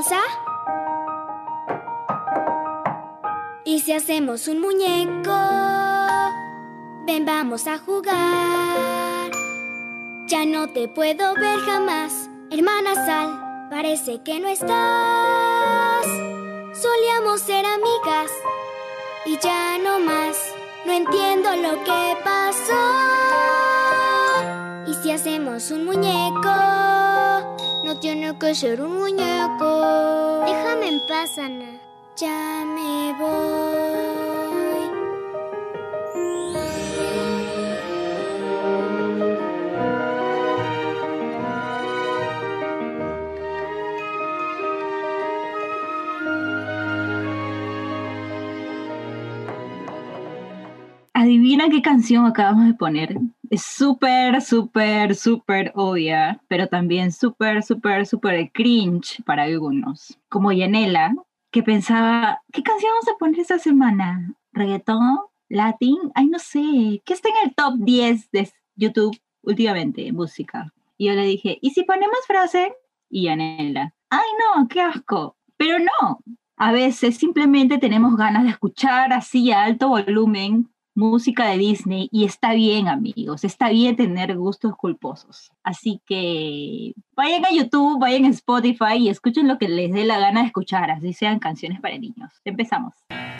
cosa? ¿Y si hacemos un muñeco? Ven, vamos a jugar. Ya no te puedo ver jamás, hermana Sal, parece que no estás. Solíamos ser amigas y ya no más. No entiendo lo que pasó. ¿Y si hacemos un muñeco? No tiene que ser un muñeco. Déjame en paz, Ana. Ya me voy. Adivina qué canción acabamos de poner. Es súper, súper, súper obvia, pero también súper, súper, súper cringe para algunos. Como Yanela, que pensaba, ¿qué canción vamos a poner esta semana? ¿Reggaetón? ¿Latin? Ay, no sé. ¿Qué está en el top 10 de YouTube últimamente? Música. Y yo le dije, ¿y si ponemos Frozen? Y Yanela, ¡ay no, qué asco! Pero no. A veces simplemente tenemos ganas de escuchar así a alto volumen música de Disney y está bien, amigos, está bien tener gustos culposos. Así que vayan a YouTube, vayan a Spotify y escuchen lo que les dé la gana de escuchar, así sean canciones para niños. Empezamos.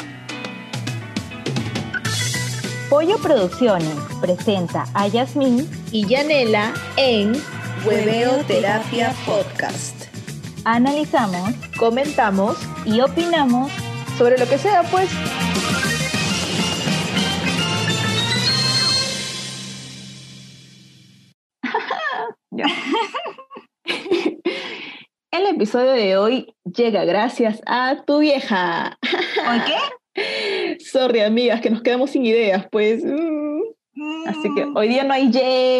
Pollo Producciones presenta a Yasmín y Yanela en Hueveo Terapia Podcast. Analizamos, Comentamos y opinamos sobre lo que sea, pues. Ya. El episodio de hoy llega gracias a tu vieja. ¿Por qué? Sorry, amigas, que nos quedamos sin ideas, pues. Así que hoy día no hay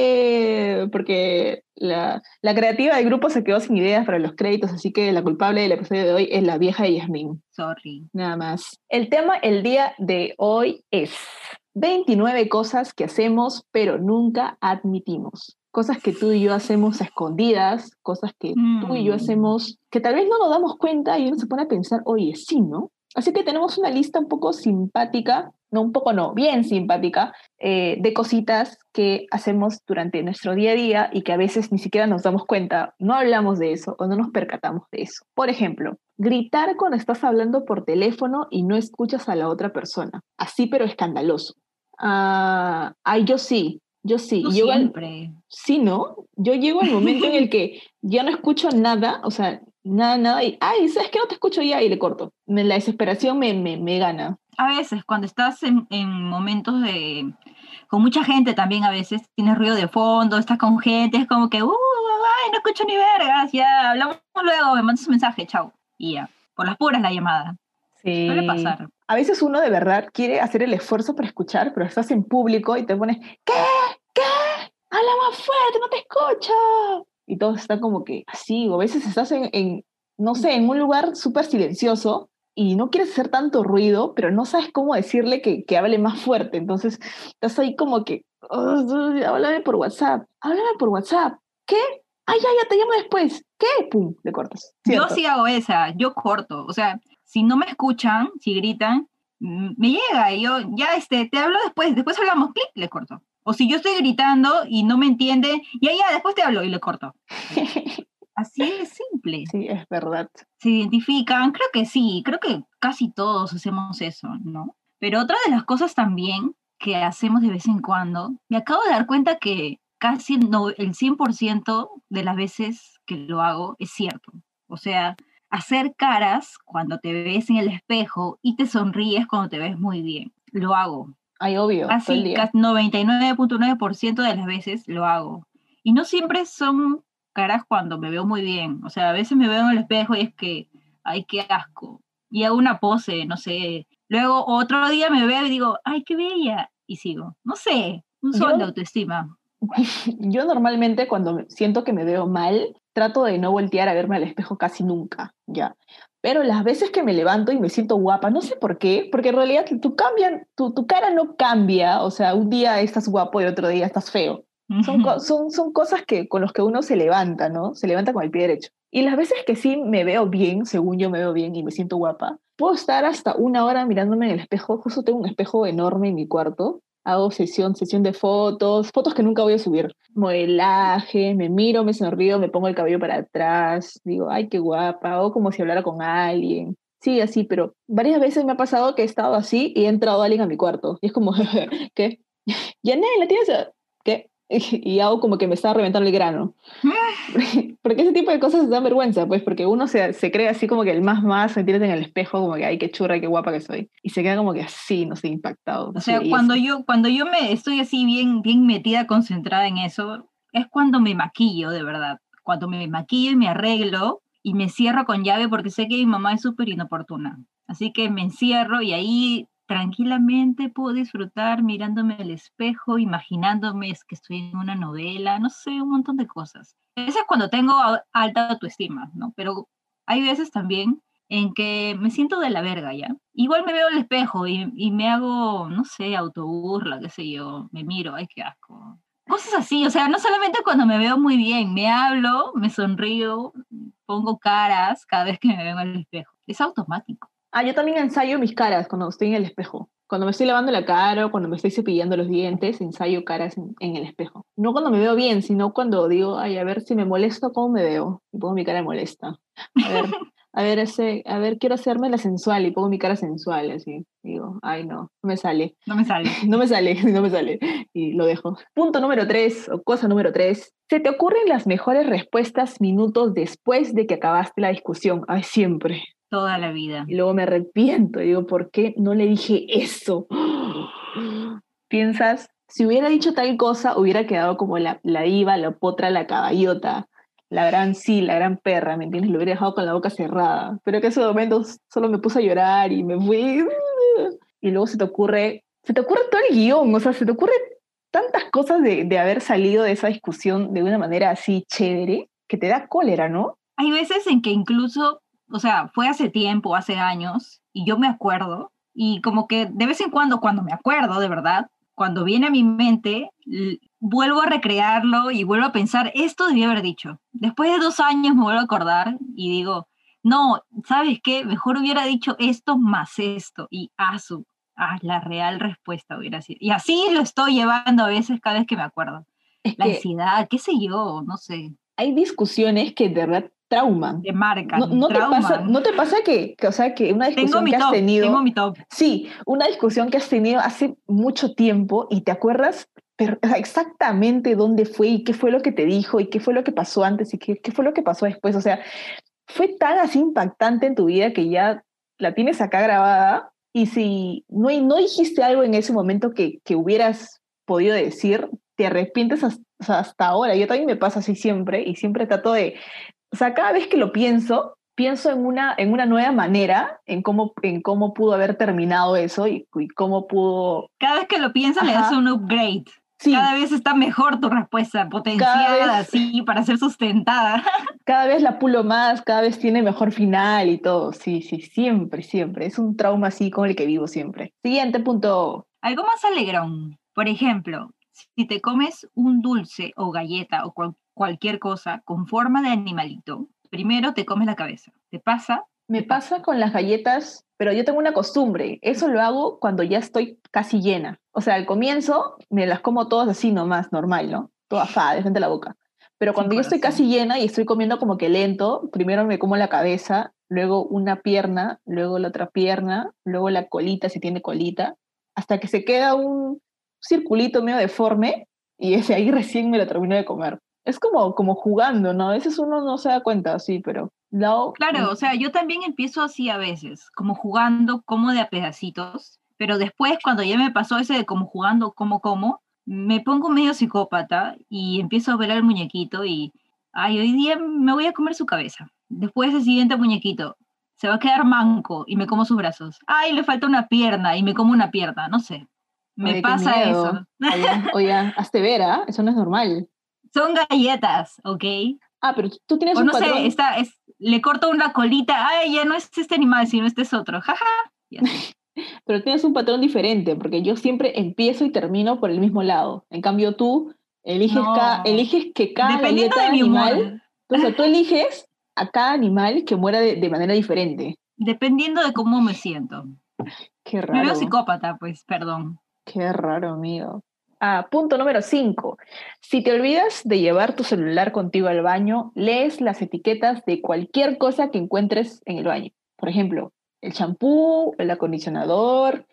porque la creativa del grupo se quedó sin ideas para los créditos, así que la culpable del episodio de hoy es la vieja de Yasmín. Sorry. Nada más. El tema el día de hoy es 29 cosas que hacemos pero nunca admitimos. Cosas que tú y yo hacemos a escondidas, cosas que tú y yo hacemos que tal vez no nos damos cuenta y uno se pone a pensar, oye, sí, ¿no? Así que tenemos una lista un poco simpática, bien simpática, de cositas que hacemos durante nuestro día a día y que a veces ni siquiera nos damos cuenta, no hablamos de eso o no nos percatamos de eso. Por ejemplo, gritar cuando estás hablando por teléfono y no escuchas a la otra persona. Así pero escandaloso. Yo sí. No siempre. Sí, ¿no? Yo llego al momento en el que ya no escucho nada, o sea, nada, y, ¿sabes qué? No te escucho ya y le corto. La desesperación me gana. A veces, cuando estás en momentos con mucha gente también, a veces tienes ruido de fondo, estás con gente, es como que, ay, no escucho ni vergas, ya, hablamos luego, me mandas un mensaje, chao. Y ya, por las puras la llamada. Sí. Suele pasar. A veces uno de verdad quiere hacer el esfuerzo para escuchar, pero estás en público y te pones, ¿qué? Habla más fuerte, no te escucho. Y todo está como que así, o a veces estás no sé, en un lugar súper silencioso y no quieres hacer tanto ruido, pero no sabes cómo decirle que hable más fuerte. Entonces estás ahí como que, háblame por WhatsApp. ¿Qué? Ya, te llamo después. ¿Qué? Pum, le cortas. ¿Cierto? Yo sí hago esa, yo corto. O sea, si no me escuchan, si gritan, me llega y yo ya te hablo después hablamos, clic, le corto. O si yo estoy gritando y no me entiende, ya, después te hablo y le corto. Así es simple. Sí, es verdad. Se identifican, creo que sí, creo que casi todos hacemos eso, ¿no? Pero otra de las cosas también que hacemos de vez en cuando, me acabo de dar cuenta que casi el 100% de las veces que lo hago es cierto. O sea, hacer caras cuando te ves en el espejo y te sonríes cuando te ves muy bien. Lo hago. Ay, obvio. Casi 99.9% de las veces lo hago. Y no siempre son caras cuando me veo muy bien. O sea, a veces me veo en el espejo y es que, ay, qué asco. Y hago una pose, no sé. Luego otro día me veo y digo, ay, qué bella. Y sigo. No sé, un sol de autoestima. Yo normalmente cuando siento que me veo mal, trato de no voltear a verme al espejo casi nunca, ya. Pero las veces que me levanto y me siento guapa, no sé por qué, porque en realidad tu cara no cambia, o sea, un día estás guapo y otro día estás feo. Son cosas con las que uno se levanta, ¿no? Se levanta con el pie derecho. Y las veces que sí me veo bien, según yo me veo bien y me siento guapa, puedo estar hasta 1 hora mirándome en el espejo. Justo tengo un espejo enorme en mi cuarto. Hago sesión de fotos que nunca voy a subir. Modelaje, me miro, me sonrío, me pongo el cabello para atrás, digo, ay, qué guapa, o como si hablara con alguien. Sí, así, pero varias veces me ha pasado que he estado así y ha entrado alguien a mi cuarto. Y es como, ¿qué? Yanela, ¿tienes? ¿Qué? Y hago como que me estaba reventando el grano. Porque ese tipo de cosas dan vergüenza, pues, porque uno se cree así como que el más, se tira en el espejo, como que, ay, qué churra, qué guapa que soy. Y se queda como que así, no sé, impactado. O sea, cuando yo me estoy así bien, bien metida, concentrada en eso, es cuando me maquillo, de verdad. Cuando me maquillo y me arreglo y me cierro con llave porque sé que mi mamá es súper inoportuna. Así que me encierro y ahí tranquilamente puedo disfrutar mirándome al espejo, imaginándome que estoy en una novela, no sé, un montón de cosas. Eso es cuando tengo alta autoestima, ¿no? Pero hay veces también en que me siento de la verga, ¿ya? Igual me veo al espejo y me hago, no sé, autoburla, qué sé yo, me miro, ay, qué asco. Cosas así, o sea, no solamente cuando me veo muy bien, me hablo, me sonrío, pongo caras cada vez que me veo al espejo. Es automático. Ah, yo también ensayo mis caras cuando estoy en el espejo. Cuando me estoy lavando la cara o cuando me estoy cepillando los dientes, ensayo caras en el espejo. No cuando me veo bien, sino cuando digo, ay, a ver si me molesto, ¿cómo me veo? Y pongo mi cara molesta. A ver, a ver, quiero hacerme la sensual y pongo mi cara sensual, así. Digo, ay, no me sale. No me sale. No me sale, no me sale. Y lo dejo. Punto número 3, o cosa número 3. ¿Se te ocurren las mejores respuestas minutos después de que acabaste la discusión? Ay, siempre. Toda la vida. Y luego me arrepiento, digo, ¿por qué no le dije eso? Piensas, si hubiera dicho tal cosa, hubiera quedado como la diva, la potra, la caballota, la gran sí, la gran perra, ¿me entiendes? Lo hubiera dejado con la boca cerrada. Pero que en ese momento solo me puse a llorar y me fui. Y luego se te ocurre todo el guión, o sea, se te ocurre tantas cosas de haber salido de esa discusión de una manera así chévere, que te da cólera, ¿no? Hay veces en que incluso, o sea, fue hace tiempo, hace años, y yo me acuerdo, y como que de vez en cuando me acuerdo, de verdad, cuando viene a mi mente, vuelvo a recrearlo y vuelvo a pensar, esto debía haber dicho. Después de 2 años me vuelvo a acordar y digo, no, ¿sabes qué? Mejor hubiera dicho esto más esto, y la real respuesta hubiera sido. Y así lo estoy llevando a veces cada vez que me acuerdo. Es La que ansiedad, qué sé yo, no sé. hay discusiones que de verdad trauman. Te marcan, No trauman. te pasa o sea, que una Tengo discusión mi que has top, tenido, tengo mi top. sí, una discusión que has tenido hace mucho tiempo y te acuerdas o sea, exactamente dónde fue y qué fue lo que te dijo y qué fue lo que pasó antes y qué fue lo que pasó después? O sea, fue tan así impactante en tu vida que ya la tienes acá grabada y si no dijiste algo en ese momento que hubieras podido decir, te arrepientes o sea, hasta ahora. Yo también me pasa así siempre y siempre trato de, o sea, cada vez que lo pienso en una nueva manera, en cómo pudo haber terminado eso y cómo pudo... Cada vez que lo piensas le das un upgrade. Sí. Cada vez está mejor tu respuesta, potenciada así para ser sustentada. Cada vez la pulo más, cada vez tiene mejor final y todo. Sí, siempre, siempre. Es un trauma así con el que vivo siempre. Siguiente punto. Algo más alegrón. Por ejemplo, si te comes un dulce o galleta o cualquier cosa con forma de animalito, primero te comes la cabeza. ¿Te pasa? Me pasa con las galletas, pero yo tengo una costumbre. Eso lo hago cuando ya estoy casi llena. O sea, al comienzo me las como todas así nomás, normal, ¿no? Toda fa, de frente a la boca. Pero cuando yo estoy casi llena y estoy comiendo como que lento, primero me como la cabeza, luego una pierna, luego la otra pierna, luego la colita, si tiene colita, hasta que se queda un circulito medio deforme y ese ahí recién me lo termino de comer. Es como jugando, ¿no? A veces uno no se da cuenta, sí, pero... No, claro, o sea, yo también empiezo así a veces, como jugando, como de a pedacitos, pero después cuando ya me pasó ese de como jugando, como, me pongo medio psicópata y empiezo a ver al muñequito y, ay, hoy día me voy a comer su cabeza. Después el siguiente muñequito se va a quedar manco y me como sus brazos. Ay, le falta una pierna y me como una pierna, no sé. Me pasa eso. Oye, hazte ver, ¿ah? Eso no es normal. Son galletas, ¿ok? Ah, pero tú tienes o un no patrón... sé, le corto una colita, ay, ya no es este animal, sino este es otro, jaja. Pero tienes un patrón diferente, porque yo siempre empiezo y termino por el mismo lado. En cambio, tú eliges que cada Dependiendo galleta de mi animal, humor. entonces tú eliges a cada animal que muera de manera diferente. Dependiendo de cómo me siento. Qué Me veo raro. psicópata, pues, perdón. Qué raro, amigo. Punto número 5. Si te olvidas de llevar tu celular contigo al baño, lees las etiquetas de cualquier cosa que encuentres en el baño. Por ejemplo, el champú, el acondicionador,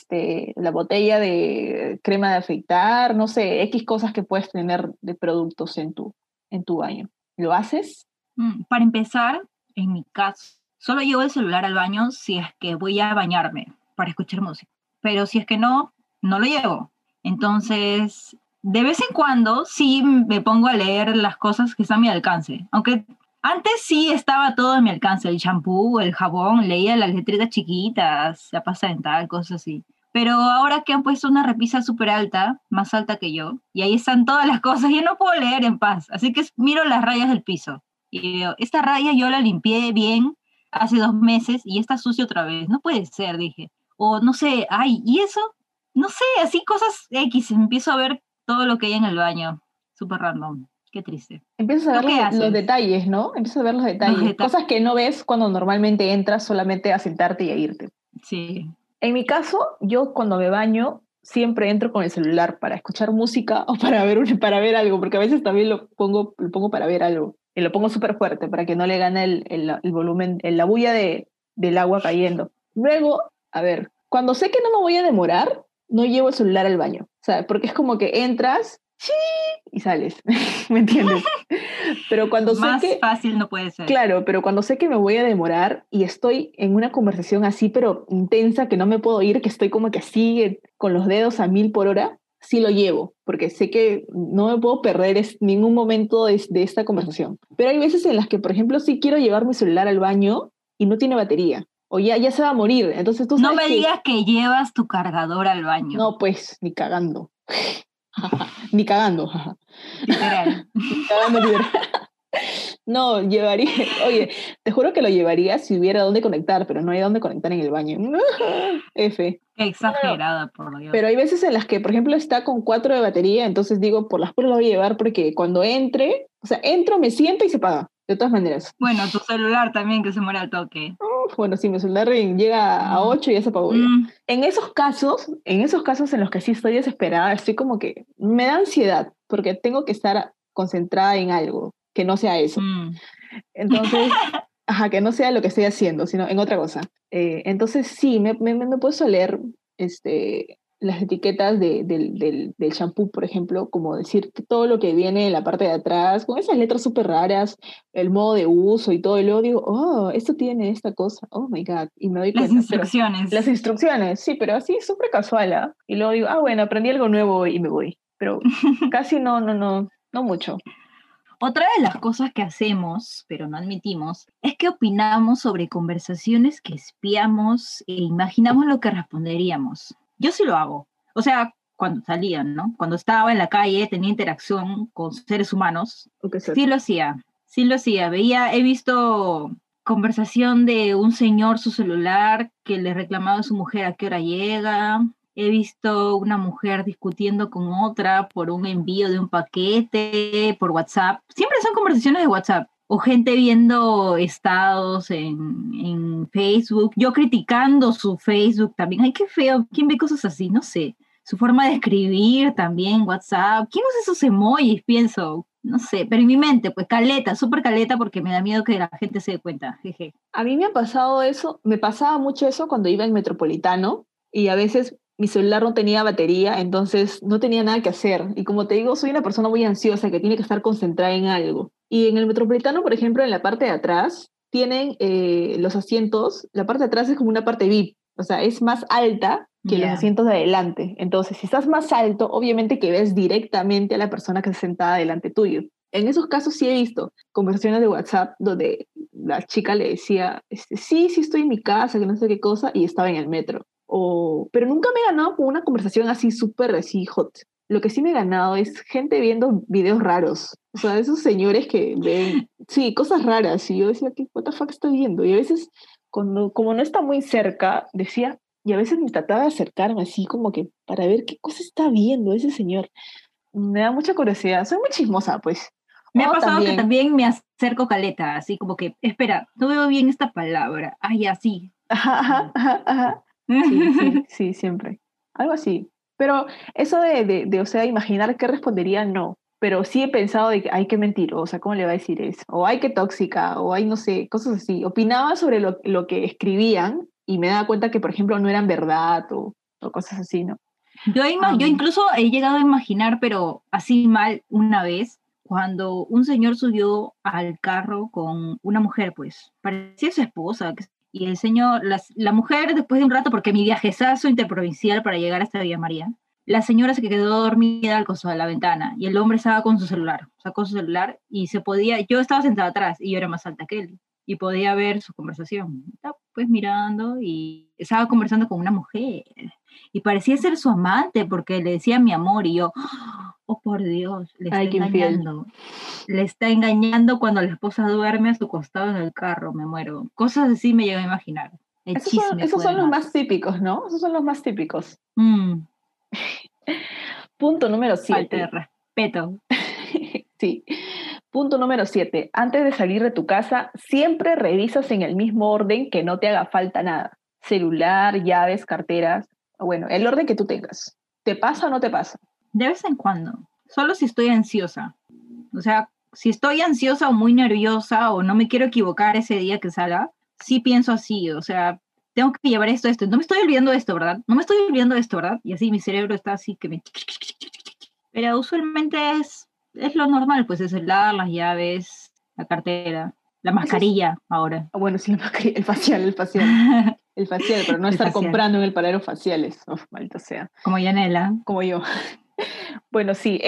la botella de crema de afeitar, no sé, X cosas que puedes tener de productos en tu baño. ¿Lo haces? Para empezar, en mi caso, solo llevo el celular al baño si es que voy a bañarme para escuchar música. Pero si es que no, no lo llevo. Entonces, de vez en cuando sí me pongo a leer las cosas que están a mi alcance. Aunque antes sí estaba todo a mi alcance, el champú, el jabón, leía las letritas chiquitas, la pasta dental, cosas así. Pero ahora que han puesto una repisa súper alta, más alta que yo, y ahí están todas las cosas, yo no puedo leer en paz. Así que miro las rayas del piso. Y veo, esta raya yo la limpié bien hace 2 meses y está sucia otra vez. No puede ser, dije. O no sé, ay, ¿y eso? No sé, así cosas X. Empiezo a ver todo lo que hay en el baño. Súper random. Qué triste. Empiezas a ¿Tú ver qué los haces? detalles, ¿no? Empiezas a ver los detalles. Cosas que no ves cuando normalmente entras solamente a sentarte y a irte. Sí. En mi caso, yo cuando me baño siempre entro con el celular para escuchar música o para ver algo, porque a veces también lo pongo para ver algo. Y lo pongo súper fuerte para que no le gane el volumen, la bulla del agua cayendo. Luego, a ver, cuando sé que no me voy a demorar, no llevo el celular al baño. O sea, porque es como que entras, ¡sí! Y sales. ¿Me entiendes? Pero cuando sé Más que... fácil no puede ser. Claro, pero cuando sé que me voy a demorar y estoy en una conversación así, pero intensa, que no me puedo ir, que estoy como que así, con los dedos a 1000 por hora, sí lo llevo, porque sé que no me puedo perder ningún momento de esta conversación. Pero hay veces en las que, por ejemplo, sí quiero llevar mi celular al baño y no tiene batería, o ya se va a morir. Entonces tú No sabes me que... digas que llevas tu cargador al baño. No, pues, ni cagando. Ni cagando. Literal. Ni cagando, literal. No, llevaría, oye, te juro que lo llevaría si hubiera dónde conectar, pero no hay dónde conectar en el baño. F. Qué exagerada, por Dios. Pero hay veces en las que, por ejemplo, está con 4 de batería, entonces digo, por las puras lo voy a llevar porque cuando entre, o sea, entro, me siento y se apaga, de todas maneras. Bueno, tu celular también que se muere al toque. Bueno, si mi celular llega a 8 ya se apagó ya. En esos casos en los que sí estoy desesperada, estoy como que me da ansiedad porque tengo que estar concentrada en algo que no sea eso. Entonces, que no sea lo que estoy haciendo, sino en otra cosa. Entonces, sí, me he puesto a leer las etiquetas del shampoo, por ejemplo, como decir que todo lo que viene en la parte de atrás, con esas letras súper raras, el modo de uso y todo, y luego digo, oh, esto tiene esta cosa, oh my God, y me doy cuenta. Las instrucciones. Las instrucciones, sí, pero así súper casual, ¿ah? Y luego digo, bueno, aprendí algo nuevo y me voy. Pero casi no mucho. Otra de las cosas que hacemos, pero no admitimos, es que opinamos sobre conversaciones que espiamos e imaginamos lo que responderíamos. Yo sí lo hago. O sea, cuando salía, ¿no? Cuando estaba en la calle, tenía interacción con seres humanos. Sí lo hacía. Sí lo hacía. He visto conversación de un señor, su celular, que le reclamaba a su mujer a qué hora llega. He visto una mujer discutiendo con otra por un envío de un paquete por WhatsApp. Siempre son conversaciones de WhatsApp. O gente viendo estados en Facebook. Yo criticando su Facebook también. Ay, qué feo. ¿Quién ve cosas así? No sé. Su forma de escribir también, WhatsApp. ¿Quién usa esos emojis? Pienso. No sé. Pero en mi mente, pues caleta, súper caleta porque me da miedo que la gente se dé cuenta. Jeje. A mí me ha pasado eso. Me pasaba mucho eso cuando iba en Metropolitano. Y a veces mi celular no tenía batería, entonces no tenía nada que hacer. Y como te digo, soy una persona muy ansiosa que tiene que estar concentrada en algo. Y en el Metropolitano, por ejemplo, en la parte de atrás, tienen los asientos, la parte de atrás es como una parte VIP, o sea, es más alta que los asientos de adelante. Entonces, si estás más alto, obviamente que ves directamente a la persona que está sentada delante tuyo. En esos casos sí he visto conversaciones de WhatsApp donde la chica le decía, sí estoy en mi casa, que no sé qué cosa, y estaba en el metro. Pero nunca me he ganado con una conversación así súper así hot. Lo que sí me he ganado es gente viendo videos raros. O sea, esos señores que ven, sí, cosas raras. Y yo decía, ¿qué what the fuck estoy viendo? Y a veces, como no está muy cerca, decía, y a veces me trataba de acercarme así como que para ver qué cosa está viendo ese señor. Me da mucha curiosidad. Soy muy chismosa, pues. Me ha O pasado que también, también me acerco caleta, así como que, espera, no veo bien esta palabra. Ay, así. ajá, ajá, ajá, ajá. Sí, sí, sí, siempre. Algo así. Pero eso o sea, imaginar qué respondería, no. Pero sí he pensado de que, ay, qué mentirosa, ¿cómo le va a decir eso? O ay, qué tóxica, o ay, no sé, cosas así. Opinaba sobre lo que escribían y me daba cuenta que, por ejemplo, no eran verdad o cosas así, ¿no? Yo incluso he llegado a imaginar, pero así mal una vez, cuando un señor subió al carro con una mujer, pues, parecía su esposa, y el señor, la mujer, después de un rato, porque mi viajezazo interprovincial para llegar hasta Villa María, la señora se quedó dormida al costado de la ventana, y el hombre estaba con su celular, sacó su celular, y yo estaba sentada atrás, y yo era más alta que él, y podía ver su conversación. Estaba pues mirando, y estaba conversando con una mujer, y parecía ser su amante porque le decía mi amor y yo, oh por Dios, Ay, qué infiel. le está engañando cuando la esposa duerme a su costado en el carro, me muero. Cosas así me llevo a imaginar. El chisme Esos fue de son los más más. típicos, ¿no? Esos son los más típicos. Mm, Punto número falta de 7. respeto. Sí. Punto número 7. Antes de salir de tu casa, siempre revisas en el mismo orden que no te haga falta nada. Celular, llaves, carteras. Bueno, el orden que tú tengas. ¿Te pasa o no te pasa? De vez en cuando, solo si estoy ansiosa. O sea, si estoy ansiosa o muy nerviosa o no me quiero equivocar ese día que salga, sí pienso así, o sea, tengo que llevar esto. No me estoy olvidando de esto, ¿verdad? No me estoy olvidando de esto, ¿verdad? Y así mi cerebro está así que me... Pero usualmente es lo normal, pues el celular, las llaves, la cartera, la Eso es... mascarilla ahora. Bueno, sí, el facial, el facial. El facial, pero no El estar facial, comprando en el paradero faciales. Uf, maldito sea. como Yanela. Como yo. Bueno, sí,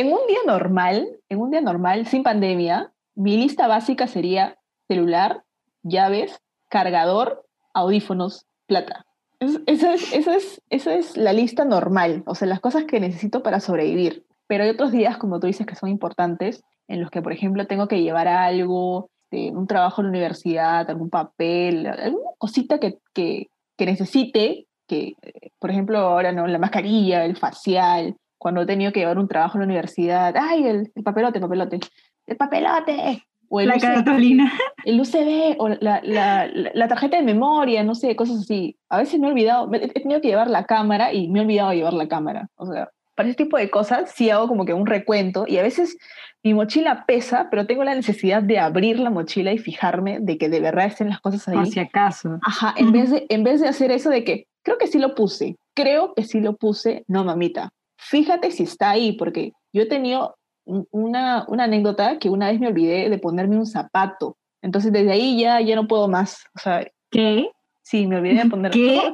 en un día normal, sin pandemia, mi lista básica sería celular, llaves, cargador, audífonos, plata. Esa es la lista normal, o sea, las cosas que necesito para sobrevivir. Pero hay otros días, como tú dices, que son importantes, en los que, por ejemplo, tengo que llevar algo, un trabajo en la universidad, algún papel, alguna cosita que necesite, por ejemplo, ahora no, la mascarilla, el facial, cuando he tenido que llevar un trabajo en la universidad, ¡ay, el papelote, papelote! ¡El papelote! O La cartulina. el USB, o la tarjeta de memoria, no sé, cosas así. A veces me he olvidado, he tenido que llevar la cámara y me he olvidado de llevar la cámara. O sea, para ese tipo de cosas sí hago como que un recuento y a veces mi mochila pesa, pero tengo la necesidad de abrir la mochila y fijarme de que de verdad estén las cosas Por ahí. si acaso. Ajá, en vez de hacer eso de que creo que sí lo puse, no, mamita, fíjate si está ahí, porque yo he tenido una anécdota que una vez me olvidé de ponerme un zapato, entonces desde ahí ya no puedo más, o sea, ¿Qué? sí, me olvidé de poner, ¿Qué?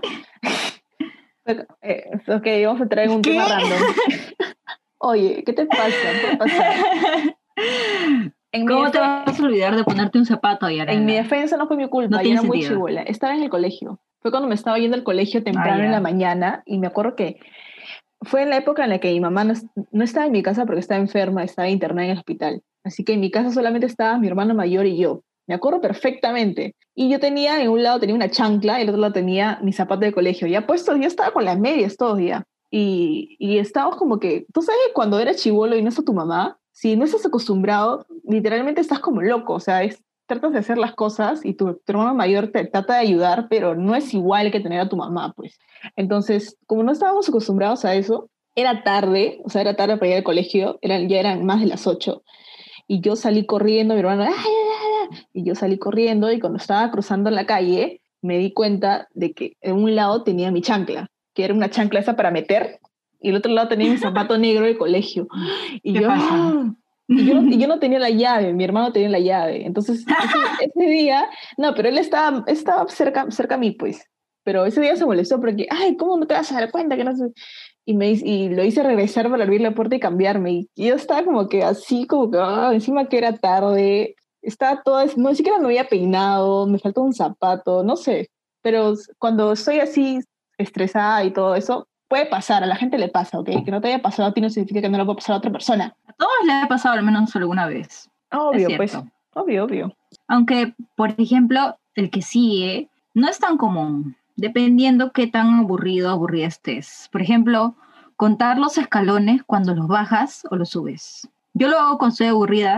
ok, vamos a traer un tema ¿Qué? random. Oye, ¿qué te pasa? Puede pasar. En mi, ¿Cómo te defe- vas a olvidar de ponerte un zapato, en mi Yarela? defensa no fue mi No culpa, yo tiene era muy sentido. chibola, estaba en el colegio. Fue cuando me estaba yendo al colegio Ah, temprano en la ya. mañana y me acuerdo que fue en la época en la que mi mamá no estaba en mi casa porque estaba enferma, estaba internada en el hospital. Así que en mi casa solamente estaba mi hermano mayor y yo. Me acuerdo perfectamente. Y yo tenía, en un lado tenía una chancla y en el otro lado tenía mi zapato de colegio. Ya puesto, yo estaba con las medias todos ya. Y estábamos como que, tú sabes, cuando eres chivolo y no está tu mamá, si no estás acostumbrado, literalmente estás como loco. O sea, tratas de hacer las cosas y tu hermano mayor te trata de ayudar, pero no es igual que tener a tu mamá, pues. Entonces, como no estábamos acostumbrados a eso, era tarde, o sea, era tarde para ir al colegio, ya eran más de las 8, y yo salí corriendo, mi hermano, ¡ay, ay, ay! Y yo salí corriendo, y cuando estaba cruzando la calle, me di cuenta de que en un lado tenía mi chancla, que era una chancla esa para meter, y el otro lado tenía mi zapato negro de colegio. Y ¿Qué yo, pasa? ¡ah! Y yo no tenía la llave, mi hermano tenía la llave. Entonces, ese día, no, pero él estaba cerca a mí, pues. Pero ese día se molestó porque, ay, ¿cómo no te vas a dar cuenta que no sé? Y lo hice regresar para abrir la puerta y cambiarme. Y yo estaba como que así, como que, encima que era tarde, estaba toda, no, ni siquiera me había peinado, me faltó un zapato, no sé. Pero cuando estoy así estresada y todo eso, puede pasar, a la gente le pasa, ¿ok? Que no te haya pasado a ti no significa que no lo pueda pasar a otra persona. A todos les ha pasado al menos alguna vez. Es Obvio, pues, cierto. obvio. Aunque, por ejemplo, el que sigue no es tan común, dependiendo qué tan aburrido o aburrida estés. Por ejemplo, contar los escalones cuando los bajas o los subes. Yo lo hago cuando estoy aburrida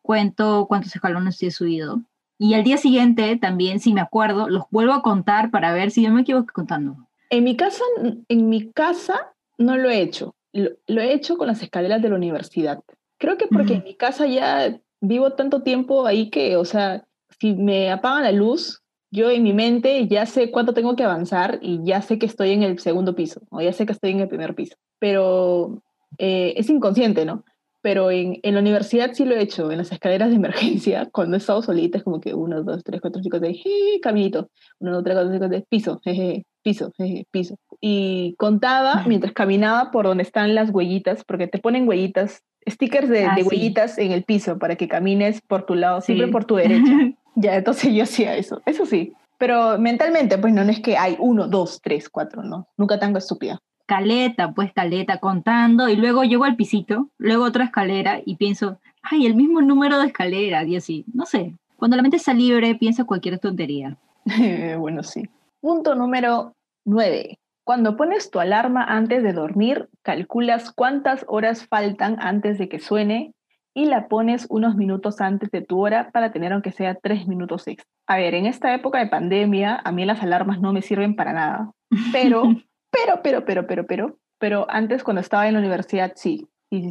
cuento cuántos escalones he subido. Y al día siguiente también, si me acuerdo, los vuelvo a contar para ver si yo me equivoco contando. En mi casa no lo he hecho. Lo he hecho con las escaleras de la universidad. Creo que porque en mi casa ya vivo tanto tiempo ahí que, o sea, si me apagan la luz, yo en mi mente ya sé cuánto tengo que avanzar y ya sé que estoy en el segundo piso o ya sé que estoy en el primer piso. Pero es inconsciente, ¿no? Pero en la universidad sí lo he hecho, en las escaleras de emergencia, cuando he estado solita, es como que 1, 2, 3, 4, 5, 6, caminito. 1, 2, 3, 4, 5, 6, piso, jeje, piso, jeje, piso. Y contaba mientras caminaba por donde están las huellitas, porque te ponen huellitas, stickers de Sí. huellitas en el piso para que camines por tu lado, Sí. siempre por tu derecha. Ya, entonces yo hacía eso sí. Pero mentalmente, pues no es que hay 1, 2, 3, 4, no. Nunca tan estúpida. Caleta, contando, y luego llego al pisito, luego otra escalera, y pienso, ay, el mismo número de escaleras, y así, no sé. Cuando la mente está libre, piensa cualquier tontería. Bueno, sí. Punto número 9. Cuando pones tu alarma antes de dormir, calculas cuántas horas faltan antes de que suene y la pones unos minutos antes de tu hora para tener aunque sea 3 minutos extra. A ver, en esta época de pandemia, a mí las alarmas no me sirven para nada. Pero antes cuando estaba en la universidad, sí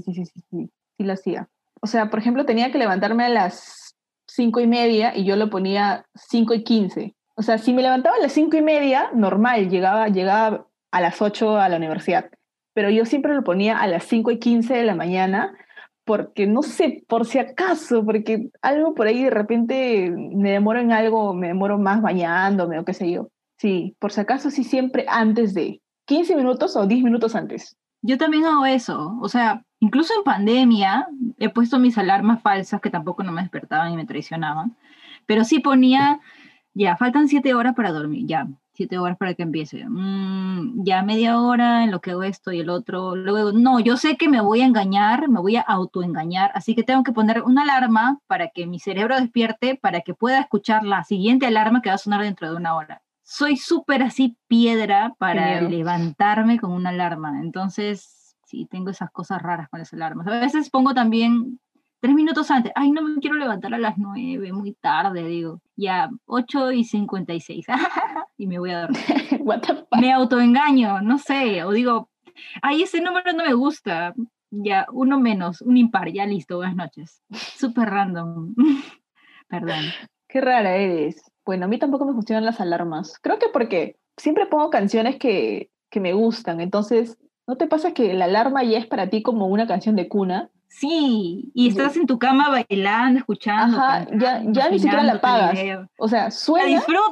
lo hacía. O sea, por ejemplo, tenía que levantarme a las 5:30 y yo lo ponía 5:15. O sea, si me levantaba a las 5:30, normal, llegaba a las 8 a la universidad. Pero yo siempre lo ponía a las 5:15 de la mañana, porque no sé, por si acaso, porque algo por ahí de repente me demoro en algo, me demoro más bañándome o qué sé yo. Sí, por si acaso, sí, siempre antes de 15 minutos o 10 minutos antes. Yo también hago eso, o sea, incluso en pandemia he puesto mis alarmas falsas que tampoco no me despertaban y me traicionaban, pero sí ponía, ya, faltan 7 horas para dormir, ya, 7 horas para que empiece, ya media hora en lo que hago esto y el otro, luego, no, yo sé que me voy a engañar, me voy a autoengañar, así que tengo que poner una alarma para que mi cerebro despierte, para que pueda escuchar la siguiente alarma que va a sonar dentro de una hora. Soy súper así piedra para levantarme con una alarma. Entonces, sí, tengo esas cosas raras con las alarmas. A veces pongo también 3 minutos antes. Ay, no me quiero levantar a las 9, muy tarde, digo. Ya, 8:56. Y me voy a dormir. What the fuck? Me autoengaño, no sé. O digo, ay, ese número no me gusta. Ya, uno menos, un impar. Ya, listo, buenas noches. Súper random. Perdón. Qué rara eres. Bueno, a mí tampoco me funcionan las alarmas. Creo que porque siempre pongo canciones que me gustan. Entonces, ¿no te pasa que la alarma ya es para ti como una canción de cuna? Sí, y estás en tu cama bailando, escuchando. Ajá, cantando, ya ni siquiera la imaginándote el apagas. video. O sea, La suena,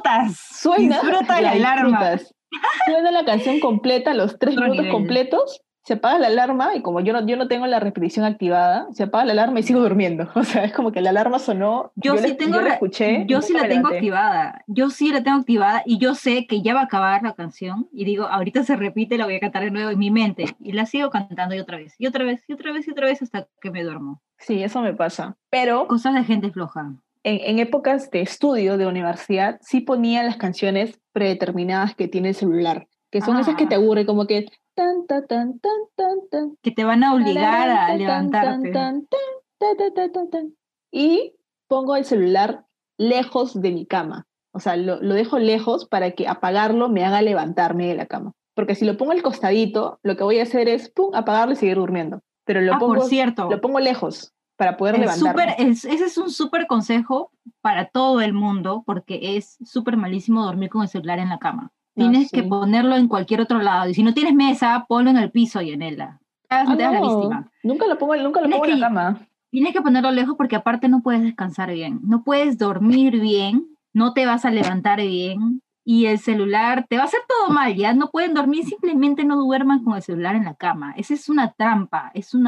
disfrutas la alarma. disfrutas. Suena la canción completa, los 3 Otro minutos nivel. completos, se apaga la alarma y como yo no tengo la repetición activada, se apaga la alarma y sigo durmiendo. O sea, es como que la alarma sonó, yo la escuché, yo y sí nunca la me tengo levanté. activada. Yo sí la tengo activada y yo sé que ya va a acabar la canción y digo, ahorita se repite, la voy a cantar de nuevo en mi mente y la sigo cantando y otra vez, y otra vez, y otra vez, y otra vez hasta que me duermo. Sí, eso me pasa. Pero Cosas de gente floja. en épocas de estudio de universidad sí ponía las canciones predeterminadas que tiene el celular, que son esas que te aburren, como que tan, tan, tan, tan, tan, tan. Que te van a obligar a Tararán, tan, tan, levantarte. tan, tan, tan, tan, tan, tan. Y pongo el celular lejos de mi cama. O sea, lo dejo lejos para que apagarlo me haga levantarme de la cama. Porque si lo pongo al costadito, lo que voy a hacer es pum, apagarlo y seguir durmiendo. Pero Por cierto, lo pongo lejos para poder levantarme. Ese es un súper consejo para todo el mundo, porque es súper malísimo dormir con el celular en la cama. Tienes que ponerlo en cualquier otro lado. Y si no tienes mesa, ponlo en el piso, Yanela. No te hagas la víctima. Nunca lo pongo en la cama. Tienes que ponerlo lejos porque aparte no puedes descansar bien. No puedes dormir bien, no te vas a levantar bien. Y el celular te va a hacer todo mal, ya no pueden dormir, simplemente no duerman con el celular en la cama. Esa es una trampa,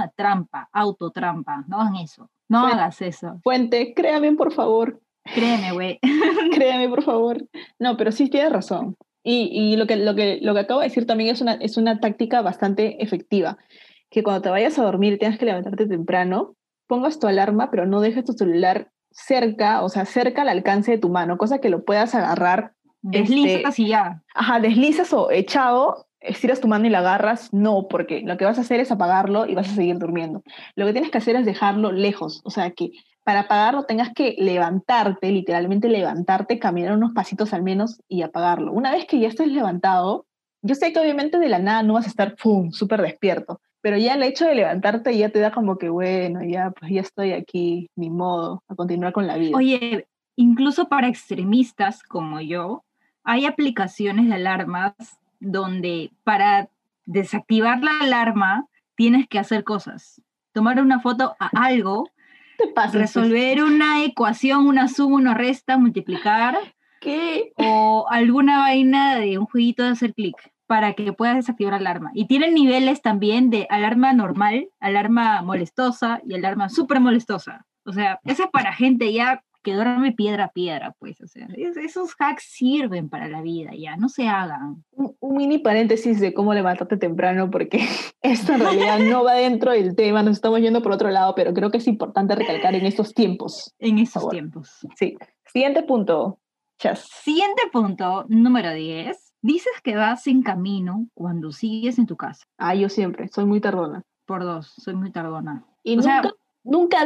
autotrampa. No hagan eso, no hagas eso. Fuente, créame por favor. Créeme, güey. Créeme por favor. No, pero sí tienes razón. Y lo que acabo de decir también es una táctica bastante efectiva. Que cuando te vayas a dormir tienes que levantarte temprano, pongas tu alarma, pero no dejes tu celular cerca, o sea, cerca al alcance de tu mano, cosa que lo puedas agarrar. Deslizas y ya. Ajá, deslizas o echado, estiras tu mano y la agarras, no, porque lo que vas a hacer es apagarlo y vas a seguir durmiendo. Lo que tienes que hacer es dejarlo lejos, o sea, que para apagarlo tengas que levantarte, literalmente levantarte, caminar unos pasitos al menos y apagarlo. Una vez que ya estés levantado, yo sé que obviamente de la nada no vas a estar ¡pum! Súper despierto, pero ya el hecho de levantarte ya te da como que, bueno, ya, pues ya estoy aquí, ni modo, a continuar con la vida. Oye, incluso para extremistas como yo, hay aplicaciones de alarmas donde para desactivar la alarma tienes que hacer cosas. Tomar una foto a algo, ¿Qué te pasa? resolver una ecuación, una suma, una resta, multiplicar, ¿Qué? o alguna vaina de un jueguito de hacer clic para que puedas desactivar la alarma. Y tienen niveles también de alarma normal, alarma molestosa y alarma súper molestosa. O sea, eso es para gente ya que duerme piedra a piedra, pues. O sea, esos hacks sirven para la vida, ya, no se hagan. Un mini paréntesis de cómo levantarte temprano, porque esto en realidad no va dentro del tema, nos estamos yendo por otro lado, pero creo que es importante recalcar en estos tiempos. En Por esos favor. tiempos. Sí. Siguiente punto, Chas. Siguiente punto, número 10. Dices que vas en camino cuando sigues en tu casa. Ah, yo siempre, soy muy tardona. Por dos, soy muy tardona. Y O sea, nunca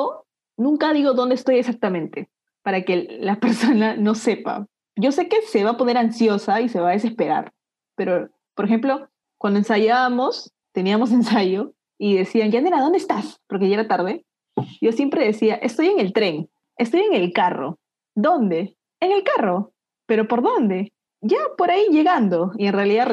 digo dónde estoy exactamente, para que la persona no sepa. Yo sé que se va a poner ansiosa y se va a desesperar, pero, por ejemplo, cuando ensayábamos, teníamos ensayo, y decían, Yanela, ¿dónde estás? Porque ya era tarde. Yo siempre decía, estoy en el tren, estoy en el carro. ¿Dónde? En el carro. ¿Pero por dónde? Ya por ahí llegando. Y en realidad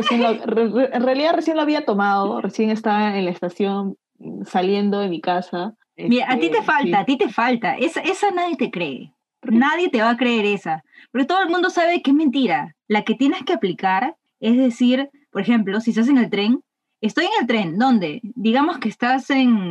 en realidad recién lo había tomado, recién estaba en la estación saliendo de mi casa. mira, a ti te falta, Sí. a ti te falta. Esa nadie te cree. ¿Por qué? Nadie te va a creer esa. Porque todo el mundo sabe que es mentira. La que tienes que aplicar es decir, por ejemplo, si estás en el tren, estoy en el tren, ¿dónde? Digamos que estás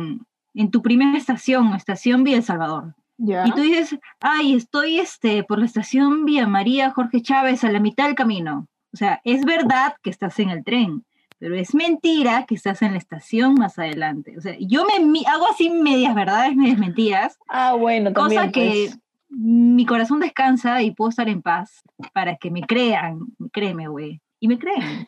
en tu primera estación Vía El Salvador. Ya. Y tú dices, ay, estoy por la estación Vía María Jorge Chávez a la mitad del camino. O sea, es verdad que estás en el tren, pero es mentira que estás en la estación más adelante. O sea, yo hago así medias verdades, medias mentiras, Ah, bueno, también, cosa que pues. mi corazón descansa y puedo estar en paz para que me crean, créeme, güey. Y me creen.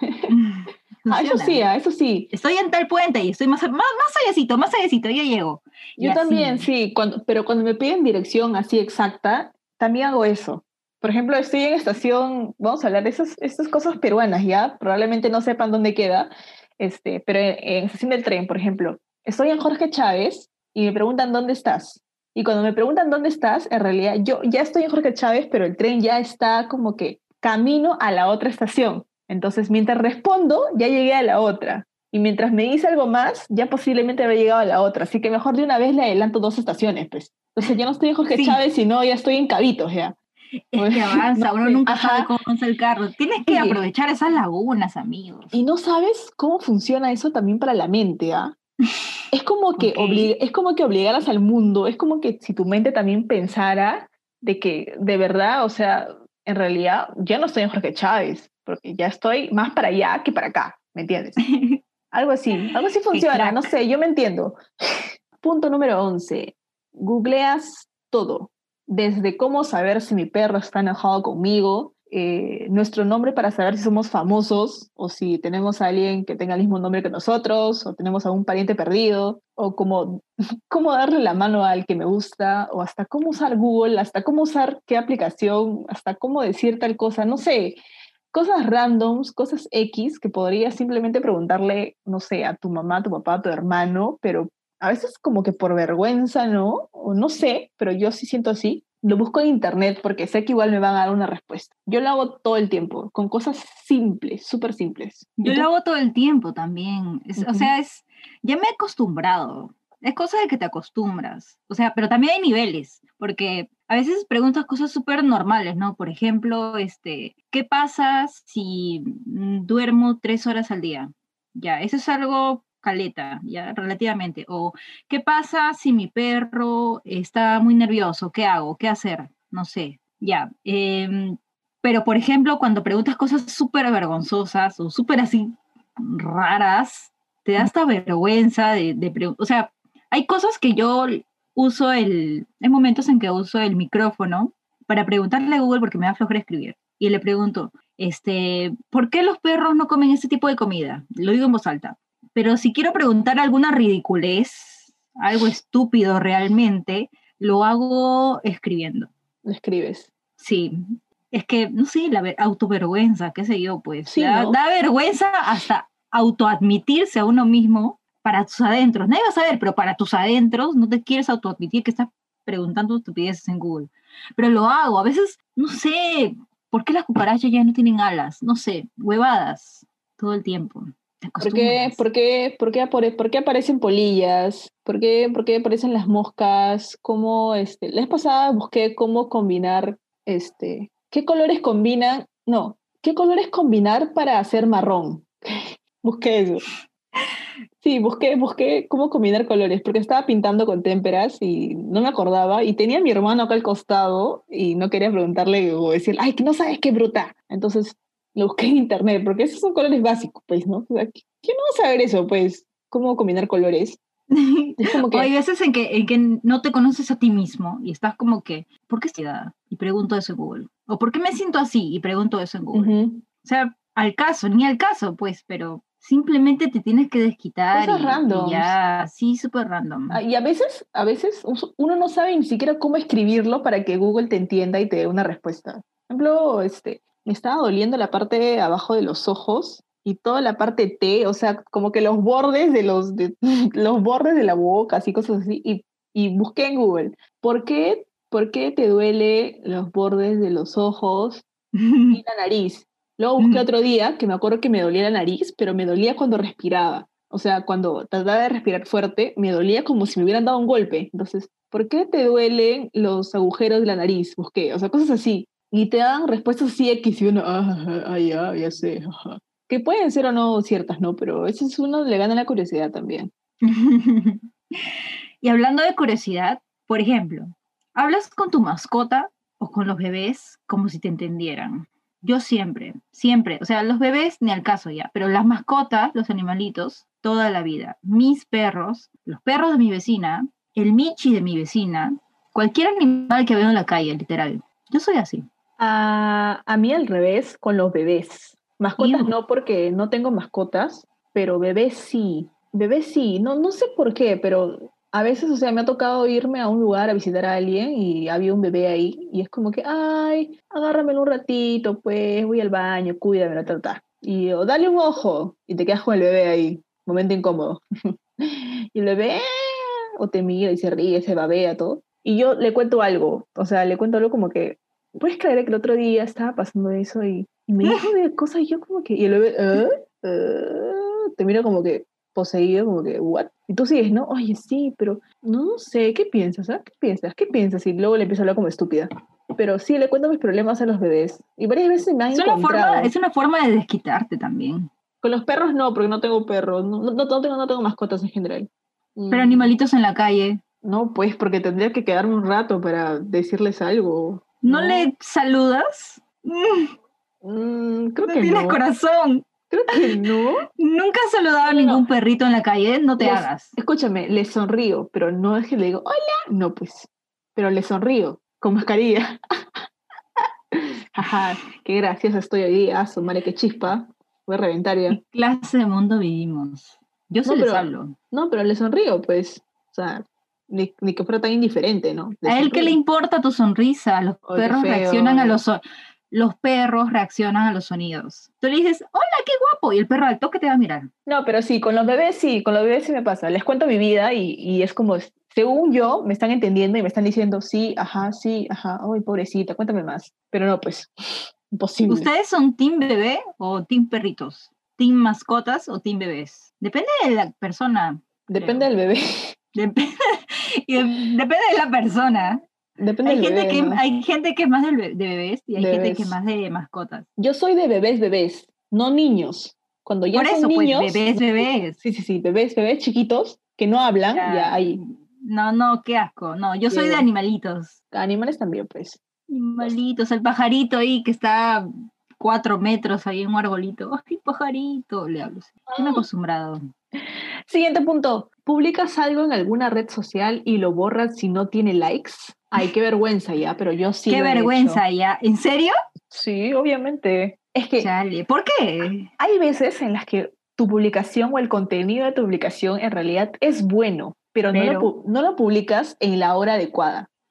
Ah, eso sí, Funciona. eso sí. Estoy en tal puente y estoy más allácito, ya llego. Y Yo también, así. sí, pero cuando me piden dirección así exacta, también hago eso. Por ejemplo, estoy en estación, vamos a hablar de estas cosas peruanas, ¿ya? Probablemente no sepan dónde queda, pero en estación del tren, por ejemplo, estoy en Jorge Chávez y me preguntan dónde estás. Y cuando me preguntan dónde estás, en realidad yo ya estoy en Jorge Chávez, pero el tren ya está como que camino a la otra estación. Entonces, mientras respondo, ya llegué a la otra. Y mientras me dice algo más, ya posiblemente habría llegado a la otra. Así que mejor de una vez le adelanto 2 estaciones, pues. Entonces ya no estoy en Jorge Sí. Chávez, sino ya estoy en Cabitos, ya. Es que avanza, No uno sé, nunca ajá. sabe cómo avanza el carro. Tienes que Sí. aprovechar esas lagunas, amigos. Y no sabes cómo funciona eso también para la mente, ¿ah? Es como que Ok. es como que obligaras al mundo, es como que si tu mente también pensara de que de verdad, o sea, en realidad ya no estoy en Jorge Chávez, porque ya estoy más para allá que para acá, ¿me entiendes? Algo así Qué funciona, no crack. sé, yo me entiendo. Punto número 11. Googleas todo, desde cómo saber si mi perro está enojado conmigo, nuestro nombre para saber si somos famosos o si tenemos a alguien que tenga el mismo nombre que nosotros o tenemos a un pariente perdido o cómo darle la mano al que me gusta o hasta cómo usar Google, hasta cómo usar qué aplicación, hasta cómo decir tal cosa, no sé. Cosas randoms, cosas X que podrías simplemente preguntarle, no sé, a tu mamá, a tu papá, a tu hermano, pero a veces como que por vergüenza, ¿no? O no sé, pero yo sí siento así. Lo busco en internet porque sé que igual me van a dar una respuesta. Yo lo hago todo el tiempo, con cosas simples, súper simples. ¿Y Yo tú? lo hago todo el tiempo también. O Ujú. sea, ya me he acostumbrado. Es cosa de que te acostumbras. O sea, pero también hay niveles, porque a veces preguntas cosas súper normales, ¿no? Por ejemplo, ¿qué pasa si duermo 3 horas al día? Ya, eso es algo caleta, ya, relativamente. O, ¿qué pasa si mi perro está muy nervioso? ¿Qué hago? ¿Qué hacer? No sé. Ya. Pero, por ejemplo, cuando preguntas cosas súper vergonzosas o súper así raras, te da hasta vergüenza de preguntar. O sea, hay cosas que yo uso hay momentos en que uso el micrófono para preguntarle a Google porque me da flojera escribir. Y le pregunto, ¿por qué los perros no comen este tipo de comida? Lo digo en voz alta. Pero si quiero preguntar alguna ridiculez, algo estúpido realmente, lo hago escribiendo. Lo escribes. Sí, es que, no sé, autovergüenza, qué sé yo, pues. Sí, ¿no? Da vergüenza hasta autoadmitirse a uno mismo para tus adentros. Nadie va a saber, pero para tus adentros no te quieres autoadmitir que estás preguntando estupideces en Google. Pero lo hago, a veces, no sé, ¿por qué las cucarachas ya no tienen alas? No sé, huevadas, todo el tiempo. Te acostumbras. ¿Por qué aparecen polillas? ¿Por qué aparecen las moscas? ¿Cómo, la vez pasada busqué cómo combinar, qué colores combinan, no, qué colores combinar para hacer marrón. Busqué eso. Sí, busqué cómo combinar colores, porque estaba pintando con témperas y no me acordaba, y tenía a mi hermano acá al costado y no quería preguntarle o decir, ay, que no sabes qué bruta. Entonces lo busqué en internet, porque esos son colores básicos, pues, ¿no? O sea, ¿quién no va a saber eso, pues? ¿Cómo combinar colores? Es como O hay que, veces en que no te conoces a ti mismo y estás como que, ¿por qué estoy dada? Y pregunto eso en Google. O ¿por qué me siento así? Y pregunto eso en Google. ujú, O sea, al caso, ni al caso, pues, pero simplemente te tienes que desquitar cosas y randoms. ya, sí, súper random. Y a veces uno no sabe ni siquiera cómo escribirlo para que Google te entienda y te dé una respuesta. Por ejemplo, me estaba doliendo la parte de abajo de los ojos y toda la parte T, o sea, como que los bordes los bordes de la boca, así, cosas así, y busqué en Google, por qué te duele los bordes de los ojos y la nariz? Luego busqué otro día que me acuerdo que me dolía la nariz, pero me dolía cuando respiraba. O sea, cuando trataba de respirar fuerte, me dolía como si me hubieran dado un golpe. Entonces, ¿por qué te duelen los agujeros de la nariz? Busqué, o sea, cosas así. Y te dan respuestas así X y uno, ya sé. Ajá. Que pueden ser o no ciertas, ¿no? Pero eso es uno le gana la curiosidad también. Y hablando de curiosidad, por ejemplo, hablas con tu mascota o con los bebés como si te entendieran. Yo siempre, siempre, o sea, los bebés ni al caso ya, pero las mascotas, los animalitos, toda la vida. Mis perros, los perros de mi vecina, el Michi de mi vecina, cualquier animal que veo en la calle, literal. Yo soy así. A mí al revés, con los bebés. Y Mascotas no, porque no tengo mascotas, pero bebés sí. Bebés sí. No, no sé por qué, pero a veces, o sea, me ha tocado irme a un lugar a visitar a alguien y había un bebé ahí y es como que, ay, agárramelo un ratito, pues, voy al baño, cuídame, ta, ta, ta. Y o dale un ojo y te quedas con el bebé ahí, momento incómodo. Y el bebé o te mira y se ríe, se babea, todo. Y yo le cuento algo, o sea, le cuento algo como que ¿puedes creer que el otro día estaba pasando eso y me dijo de cosas y yo como que, y el bebé, te miro como que poseído, como que, ¿what? Y tú sigues, ¿no? Oye, sí, pero no sé, ¿qué piensas? ¿Ah? ¿Qué piensas? ¿Qué piensas? Y luego le empiezo a hablar como estúpida. Pero sí, le cuento mis problemas a los bebés. Y varias veces me han encontrado. es una forma de desquitarte también. Con los perros no, porque no tengo perros. No tengo mascotas en general. Pero Mm, animalitos en la calle, no, pues, porque tendría que quedarme un rato para decirles algo. ¿no No, le saludas? creo No que tienes no. corazón. Creo que no. ¿Nunca has saludado a No. ningún perrito en la calle? No te hagas. Escúchame, les sonrío, pero no es que le digo, hola, no, pues, pero les sonrío, con mascarilla. Ajá, qué graciosa estoy hoy día, su madre, qué chispa, voy a reventar ya. ¿Qué clase de mundo vivimos? Yo sí No, les pero, hablo. no, pero les sonrío, pues, o sea, ni que fuera tan indiferente, ¿no? Les ¿A él qué le sonrío. importa tu sonrisa? Ay, qué feo. Los perros reaccionan a los sonidos. Tú le dices, hola, qué guapo, y el perro al toque te va a mirar. No, pero sí, con los bebés sí me pasa. Les cuento mi vida y es como, según yo, me están entendiendo y me están diciendo, sí, ajá, ay, pobrecita, cuéntame más. Pero no, pues, imposible. ¿Ustedes son team bebé o team perritos? ¿Team mascotas o team bebés? Depende de la persona, Depende creo. del bebé, Depende de la persona. depende del bebé, ¿no? Hay gente que es más de bebés y hay De gente que es bebés. más de mascotas. Yo soy de bebés, no niños. Cuando ya Por son eso, pues, niños, bebés. sí, bebés chiquitos que no hablan, ya Ya, hay. no, no, qué asco. No, yo soy de Que animalitos. animales también, pues. Animalitos, el pajarito ahí que está 4 metros ahí en un arbolito. Ay, pajarito, le hablo. Estoy me acostumbrado. Siguiente punto. ¿Publicas algo en alguna red social y lo borras si no tiene likes? Ay, qué vergüenza ya, pero yo sí Qué lo he vergüenza hecho. ya. ¿En serio? Sí, obviamente. Es que Chale, ¿por qué? hay veces en las que tu publicación o el contenido de tu publicación en realidad es bueno, pero Pero, no lo publicas en la hora adecuada.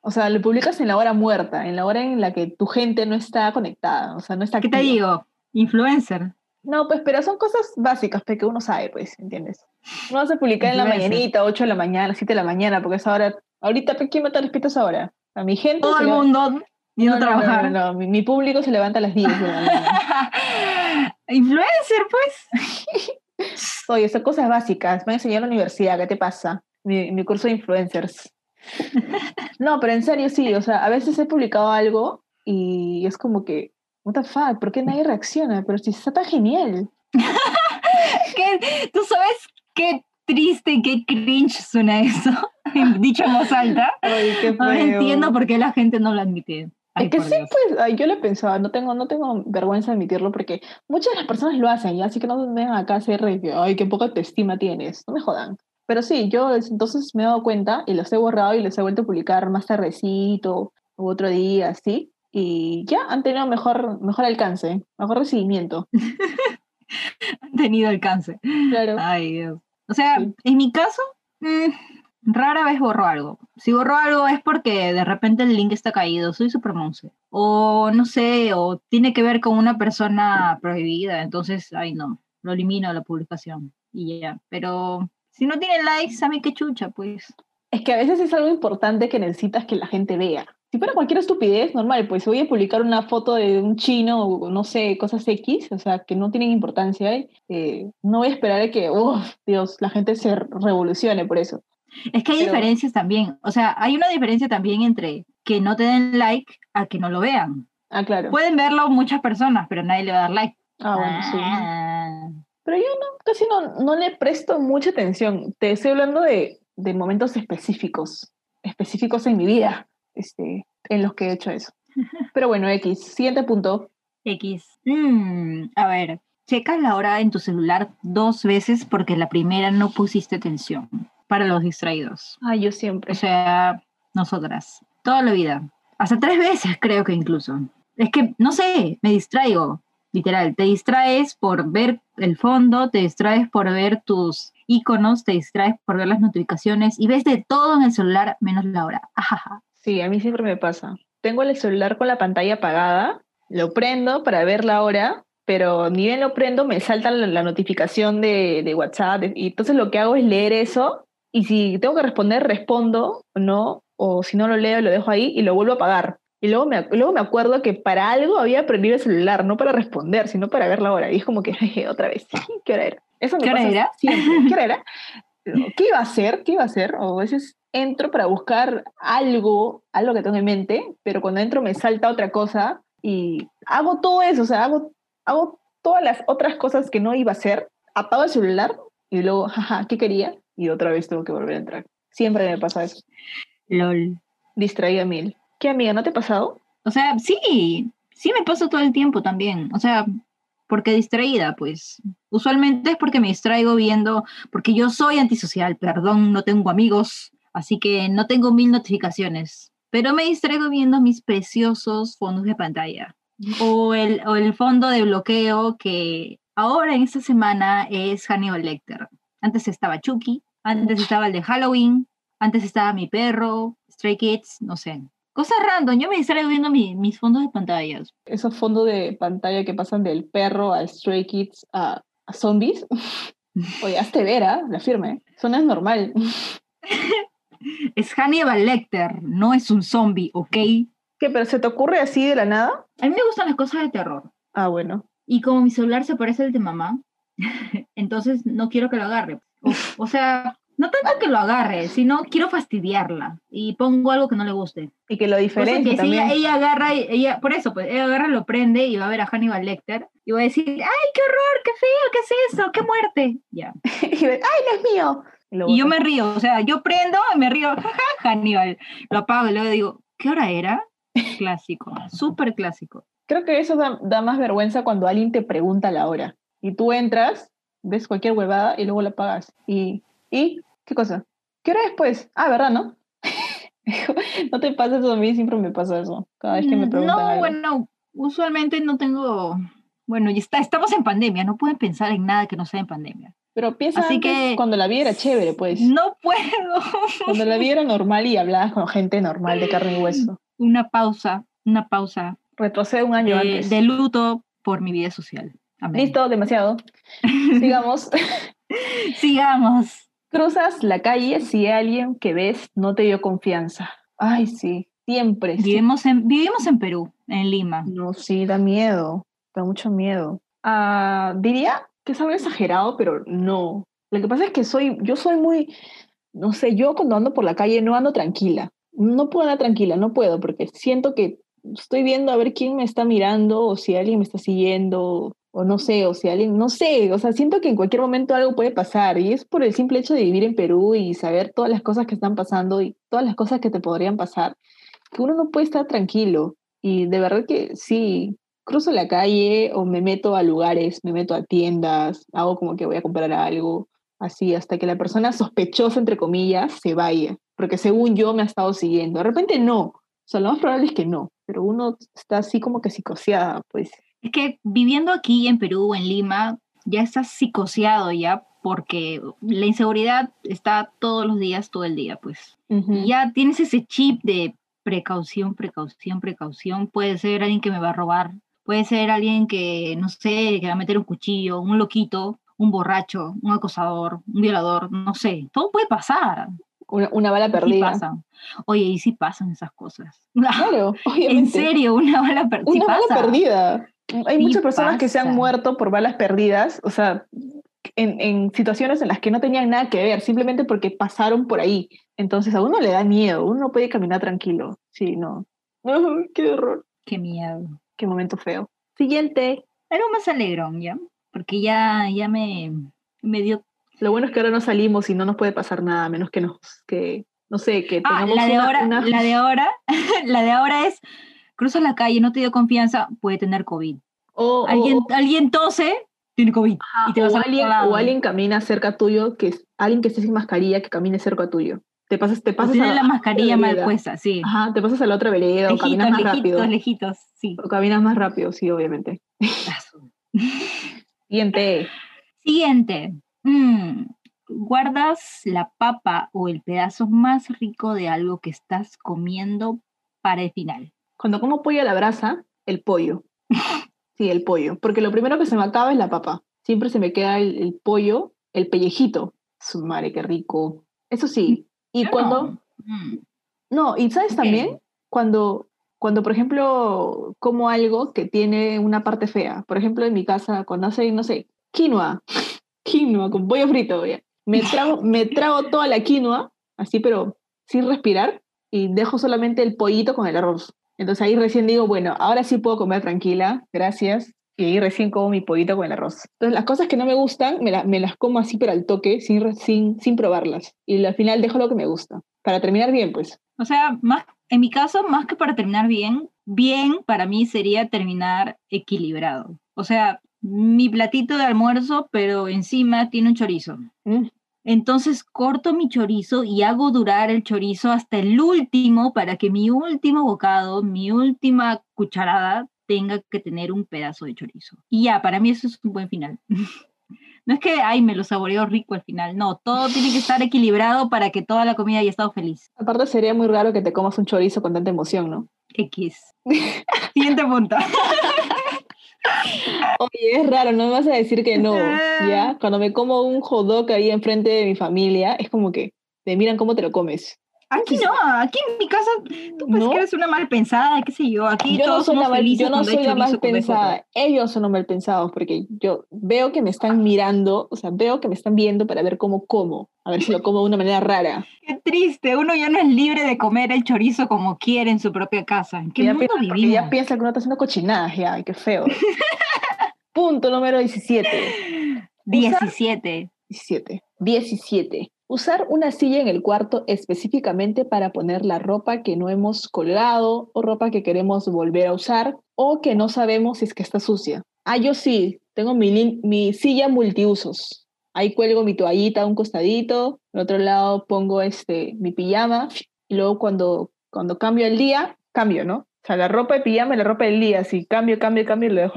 O sea, lo publicas en la hora muerta, en la hora en la que tu gente no está conectada, o sea, no está ¿Qué te activa. digo? Influencer. No, pues, pero son cosas básicas, pues, que uno sabe, pues, ¿entiendes? No vas a publicar en la Influencer. mañanita, 8 de la mañana, 7 de la mañana, porque es ahora, ahorita, pues, ¿quién me te respetas ahora? A mi gente Todo se el levanta. mundo yendo a trabajar. No, mi público se levanta a las 10 de la mañana. Influencer, pues. Oye, son cosas básicas, me han enseñado en la universidad, ¿qué te pasa? Mi curso de influencers. No, pero en serio sí, o sea, a veces he publicado algo y es como que, what the fuck, ¿por qué nadie reacciona? Pero si está tan genial. ¿Tú sabes qué triste, qué cringe suena eso? Dicho en voz alta. Ay, qué Ahora feo. entiendo por qué la gente no lo admite. Ay, Es que por sí, Dios. pues, ay, yo le pensaba, no tengo vergüenza de admitirlo porque muchas de las personas lo hacen, ya, así que no me vengan acá a hacer de que, ay, qué poca autoestima tienes, no me jodan. Pero sí, yo entonces me he dado cuenta y los he borrado y los he vuelto a publicar más tardecito u otro día, así, y ya han tenido mejor alcance, mejor recibimiento. Han tenido alcance. Claro. Ay, Dios. O sea, Sí. en mi caso, rara vez borro algo. Si borro algo es porque de repente el link está caído, soy super monse. O no sé, o tiene que ver con una persona prohibida, entonces, ay no, lo elimino de la publicación y ya. Pero si no tiene likes, a mí qué chucha, pues. Es que a veces es algo importante que necesitas que la gente vea. Si fuera cualquier estupidez, normal, pues si voy a publicar una foto de un chino o no sé, cosas X, o sea, que no tienen importancia, no voy a esperar a que, Dios, la gente se revolucione por eso. Es que hay Pero- diferencias también. O sea, hay una diferencia también entre que no te den like a que no lo vean. Ah, claro. Pueden verlo muchas personas, pero nadie le va a dar like. Ah, bueno, sí. Ah. Pero yo casi no le presto mucha atención. Te estoy hablando de momentos específicos en mi vida, en los que he hecho eso. Pero bueno, X. Siguiente punto. X. A ver, checas la hora en tu celular 2 veces porque la primera no pusiste atención. Para los distraídos. Ay, yo siempre. O sea, nosotras. Toda la vida. Hasta 3 veces creo que incluso. Es que, no sé, me distraigo. Literal, te distraes por ver el fondo, te distraes por ver tus iconos, te distraes por ver las notificaciones y ves de todo en el celular menos la hora. Ajaja. Sí, a mí siempre me pasa. Tengo el celular con la pantalla apagada, lo prendo para ver la hora, pero ni bien lo prendo, me salta la notificación de WhatsApp, y entonces lo que hago es leer eso, y si tengo que responder, respondo, o no, o si no lo leo, lo dejo ahí y lo vuelvo a apagar. Y luego me acuerdo que para algo había prendido el celular, no para responder, sino para ver la hora. Y es como que, jeje, otra vez, ¿qué hora era? Eso me ¿Qué hora pasa era? siempre. ¿Qué hora era? ¿Qué iba a hacer? ¿Qué iba a hacer? O a veces entro para buscar algo que tengo en mente, pero cuando entro me salta otra cosa y hago todo eso, o sea, hago todas las otras cosas que no iba a hacer, apago el celular y luego, jaja, ¿qué quería? Y otra vez tengo que volver a entrar. Siempre me pasa eso. LOL. Distraída mil. ¿Qué, amiga, no te ha pasado? O sea, sí me pasa todo el tiempo también. O sea, porque distraída, pues. Usualmente es porque me distraigo viendo, porque yo soy antisocial, perdón, no tengo amigos, así que no tengo 1000 notificaciones, pero me distraigo viendo mis preciosos fondos de pantalla. O el fondo de bloqueo que ahora en esta semana es Hannibal Lecter. Antes estaba Chucky, antes estaba el de Halloween, antes estaba mi perro, Stray Kids, no sé. Cosas random, yo me distraigo viendo mis fondos de pantallas. Esos fondos de pantalla que pasan del perro a Stray Kids a zombies. Oye, hazte ver, ¿ah? La firme. Eso no es normal. Es Hannibal Lecter, no es un zombie, ¿ok? ¿Qué, pero se te ocurre así de la nada? A mí me gustan las cosas de terror. Ah, bueno. Y como mi celular se parece al de mamá, entonces no quiero que lo agarre. O sea, no tanto que lo agarre, sino quiero fastidiarla. Y pongo algo que no le guste. Y que lo Cosa diferencia que si también. ella agarra, por eso, pues ella agarra, lo prende y va a ver a Hannibal Lecter y va a decir, ¡ay, qué horror, qué feo, qué es eso, qué muerte! Ya. Y ves, ¡ay, no es mío! Y yo me río, o sea, yo prendo y me río, jaja, Hannibal. Lo apago y luego digo, ¿qué hora era? Clásico, súper clásico. Creo que eso da más vergüenza cuando alguien te pregunta la hora. Y tú entras, ves cualquier huevada y luego la apagas. ¿Y qué cosa? ¿Qué hora es, pues? Ah, ¿verdad, no? No te pasa eso a mí, siempre me pasa eso. Cada vez que me preguntan No, algo. bueno, usualmente no tengo... Bueno, estamos en pandemia, no pueden pensar en nada que no sea en pandemia. Pero piensa Así antes, que cuando la vida era chévere, pues. no puedo. Cuando la vida era normal y hablabas con gente normal de carne y hueso. Una pausa Retrocede un año antes. de luto por mi vida social. Amén. Listo, demasiado. Sigamos. Sigamos. Cruzas la calle si alguien que ves no te dio confianza. Ay, sí, siempre. Vivimos en Perú, en Lima. No, sí, da miedo, da mucho miedo. Diría que es algo exagerado, pero no. Lo que pasa es que yo soy muy, no sé, yo cuando ando por la calle no ando tranquila. No puedo andar tranquila, no puedo, porque siento que estoy viendo a ver quién me está mirando o si alguien me está siguiendo o no sé, o si alguien, no sé, o sea, siento que en cualquier momento algo puede pasar y es por el simple hecho de vivir en Perú y saber todas las cosas que están pasando y todas las cosas que te podrían pasar, que uno no puede estar tranquilo. Y de verdad que sí, cruzo la calle o me meto a lugares, me meto a tiendas, hago como que voy a comprar algo, así, hasta que la persona sospechosa, entre comillas, se vaya, porque según yo me ha estado siguiendo. De repente no, o sea, lo más probable es que no, pero uno está así como que psicoseada, pues. Es que viviendo aquí en Perú, en Lima, ya estás psicoseado ya, porque la inseguridad está todos los días, todo el día, pues. Y ya tienes ese chip de precaución. Puede ser alguien que me va a robar, puede ser alguien que, no sé, que va a meter un cuchillo, un loquito, un borracho, un acosador, un violador, no sé, todo puede pasar. Una bala perdida. Sí pasan. Oye, y sí pasan esas cosas. Claro, obviamente. En serio, una bala perdida. Una bala perdida. Hay muchas personas que se han pasa. muerto por balas perdidas, o sea, en situaciones en las que no tenían nada que ver, simplemente porque pasaron por ahí. Entonces a uno le da miedo, uno no puede caminar tranquilo. Sí, no. Ay, qué horror. Qué miedo. Qué momento feo. Siguiente. Algo más alegrón, ¿ya? Porque ya me dio... Lo bueno es que ahora no salimos y no nos puede pasar nada, a menos que no sé, que tengamos la de una... la de ahora es, cruzas la calle, no te dio confianza, puede tener COVID. Alguien tose, tiene COVID. Y te vas o alguien camina cerca tuyo, alguien que esté sin mascarilla, que camine cerca tuyo. Te pasas tiene la mascarilla mal puesta, sí. Ajá, te pasas a la otra vereda o caminas más rápido. Lejitos, sí. O caminas más rápido, sí, obviamente. Siguiente. ¿Guardas la papa o el pedazo más rico de algo que estás comiendo para el final? Cuando como pollo a la brasa, el pollo. Sí, el pollo. Porque lo primero que se me acaba es la papa. Siempre se me queda el pollo, el pellejito. Su madre, qué rico. Eso sí. Y cuando... No, y ¿sabes también? Cuando, por ejemplo, como algo que tiene una parte fea. Por ejemplo, en mi casa, cuando hace, no sé, quinoa con pollo frito. ¿Ya? Me trago toda la quinoa, así, pero sin respirar, y dejo solamente el pollito con el arroz. Entonces ahí recién digo, bueno, ahora sí puedo comer tranquila, gracias. Y ahí recién como mi pollito con el arroz. Entonces las cosas que no me gustan, me las como así pero al toque, sin probarlas. Y al final dejo lo que me gusta. Para terminar bien, pues. O sea, en mi caso, más que para terminar bien para mí sería terminar equilibrado. O sea, mi platito de almuerzo, pero encima tiene un chorizo. Entonces corto mi chorizo y hago durar el chorizo hasta el último para que mi último bocado, mi última cucharada tenga que tener un pedazo de chorizo. Y ya, para mí eso es un buen final. No es que, me lo saboreo rico al final. No, todo tiene que estar equilibrado para que toda la comida haya estado feliz. Aparte sería muy raro que te comas un chorizo con tanta emoción, ¿no? X. Siguiente punto. Oye, es raro, no me vas a decir que no, ¿ya? Cuando me como un hot dog ahí enfrente de mi familia, es como que te miran cómo te lo comes. Aquí no, aquí en mi casa tú pues que eres una mal pensada, qué sé yo, aquí yo todos somos felices. Yo no soy la mal pensada, ellos son los mal pensados, porque yo veo que me están mirando, o sea, veo que me están viendo para ver cómo como, a ver si lo como de una manera rara. Qué triste, uno ya no es libre de comer el chorizo como quiere en su propia casa. ¿En qué mundo vivimos? Ya piensa que uno está haciendo cochinadas, ya, qué feo. Punto número 17. 17. 17. Usar una silla en el cuarto específicamente para poner la ropa que no hemos colgado o ropa que queremos volver a usar o que no sabemos si es que está sucia. Yo sí, tengo mi silla multiusos. Ahí cuelgo mi toallita a un costadito, al otro lado pongo mi pijama y luego cuando cambio el día, cambio, ¿no? O sea, la ropa de pijama y la ropa del día, así cambio y lo dejo ahí.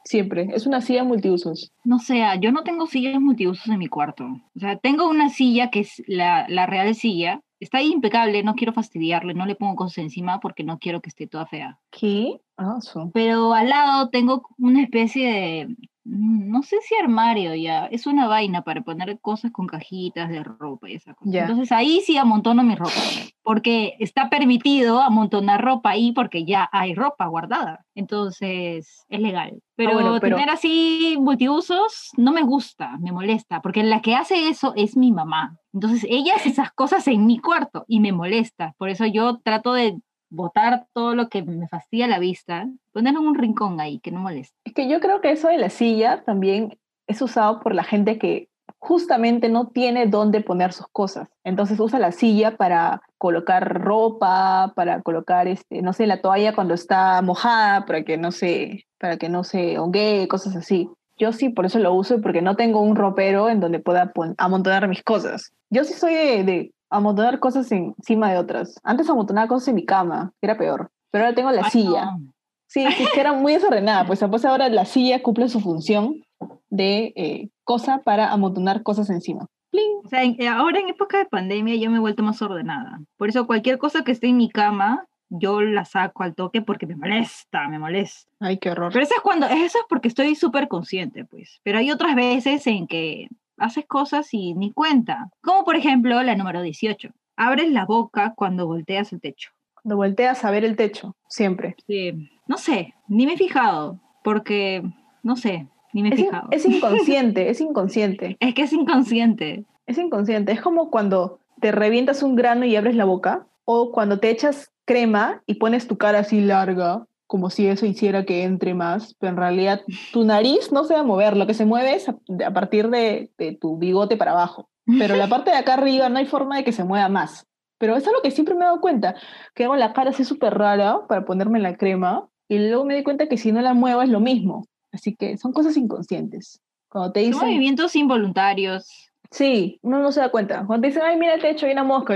Siempre. Es una silla multiusos. No sé, yo no tengo sillas multiusos en mi cuarto. O sea, tengo una silla que es la real silla. Está ahí impecable, no quiero fastidiarle, no le pongo cosas encima porque no quiero que esté toda fea. ¿Qué? Pero al lado tengo una especie de, no sé si armario ya, es una vaina para poner cosas con cajitas de ropa y esa cosa. Ya. Entonces ahí sí amontono mi ropa, porque está permitido amontonar ropa ahí porque ya hay ropa guardada. Entonces es legal. Pero, bueno, pero- tener así multiusos no me gusta, me molesta, porque la que hace eso es mi mamá. Entonces ella hace esas cosas en mi cuarto y me molesta. Por eso yo trato de botar todo lo que me fastidia la vista, ponerlo en un rincón ahí, que no moleste. Es que yo creo que eso de la silla también es usado por la gente que justamente no tiene dónde poner sus cosas. Entonces usa la silla para colocar ropa, para colocar, no sé, la toalla cuando está mojada, para que no se honguee, cosas así. Yo sí, por eso lo uso, porque no tengo un ropero en donde pueda amontonar mis cosas. Yo sí soy de amontonar cosas encima de otras. Antes amontonaba cosas en mi cama, que era peor. Pero ahora tengo la Ay, silla. no. Sí, es que era muy desordenada. Pues ahora la silla cumple su función de cosa para amontonar cosas encima. ¡Pling! O sea, ahora en época de pandemia yo me he vuelto más ordenada. Por eso cualquier cosa que esté en mi cama, yo la saco al toque porque me molesta, me molesta. Ay, qué horror. Pero eso es porque estoy súper consciente, pues. Pero hay otras veces en que haces cosas y ni cuenta. Como por ejemplo la número 18. Abres la boca cuando volteas el techo. Cuando volteas a ver el techo, siempre. Sí, no sé, ni me he fijado, porque, no sé, ni me he fijado. Es inconsciente, es inconsciente. Es que es inconsciente. Es inconsciente. Es como cuando te revientas un grano y abres la boca, o cuando te echas crema y pones tu cara así larga, como si eso hiciera que entre más, pero en realidad tu nariz no se va a mover, lo que se mueve es a partir de tu bigote para abajo. Pero la parte de acá arriba no hay forma de que se mueva más. Pero eso es lo que siempre me he dado cuenta, que hago la cara así súper rara para ponerme la crema, y luego me di cuenta que si no la muevo es lo mismo. Así que son cosas inconscientes. Cuando te Son dicen, movimientos involuntarios. sí, uno no se da cuenta. Cuando te dicen, ay, mira el techo, hay una mosca,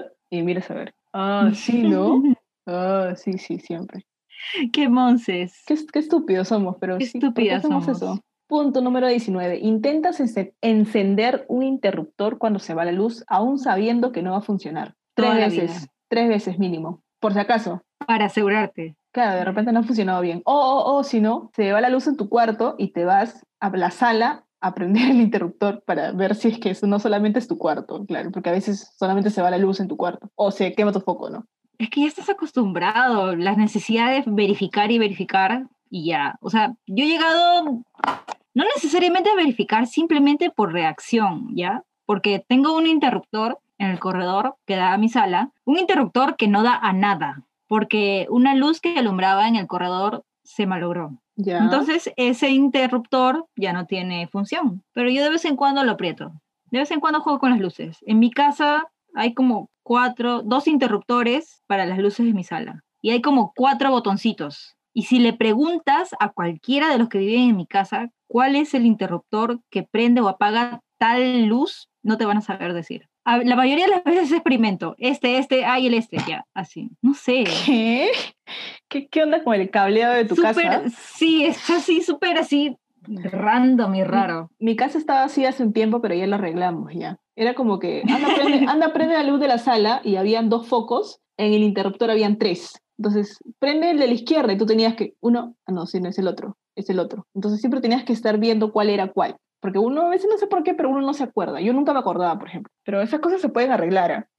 y miras a ver. Ah, sí, ¿no? Ah, sí, sí, siempre. Qué monces. Qué estúpidos somos, pero Qué sí, ¿por qué estúpidas hacemos somos. eso? Punto número 19. Intentas encender un interruptor cuando se va la luz, aún sabiendo que no va a funcionar. Toda la 3 veces mínimo, por si acaso. Para asegurarte. Claro, de repente no ha funcionado bien. O si no, se va la luz en tu cuarto y te vas a la sala a prender el interruptor para ver si es que eso no solamente es tu cuarto, claro, porque a veces solamente se va la luz en tu cuarto o se quema tu foco, ¿no? Es que ya estás acostumbrado, las necesidades de verificar y verificar y ya. O sea, yo he llegado, no necesariamente a verificar, simplemente por reacción, ¿ya? Porque tengo un interruptor en el corredor que da a mi sala, un interruptor que no da a nada, porque una luz que alumbraba en el corredor se malogró. Ya. Entonces, ese interruptor ya no tiene función, pero yo de vez en cuando lo aprieto. De vez en cuando juego con las luces. En mi casa hay como 2 interruptores para las luces de mi sala. Y hay como 4 botoncitos. Y si le preguntas a cualquiera de los que viven en mi casa cuál es el interruptor que prende o apaga tal luz, no te van a saber decir. La mayoría de las veces experimento. Ya, así. No sé. ¿Qué? ¿Qué onda con el cableado de tu casa? Sí, es así, súper así, random y raro. Mi casa estaba así hace un tiempo, pero ya lo arreglamos ya. Era como que, prende la luz de la sala y habían 2 focos, en el interruptor habían 3. Entonces, prende el de la izquierda y tú tenías que, no, sí, no es el otro, es el otro. Entonces siempre tenías que estar viendo cuál era cuál. Porque uno a veces no sé por qué, pero uno no se acuerda. Yo nunca me acordaba, por ejemplo. Pero esas cosas se pueden arreglar.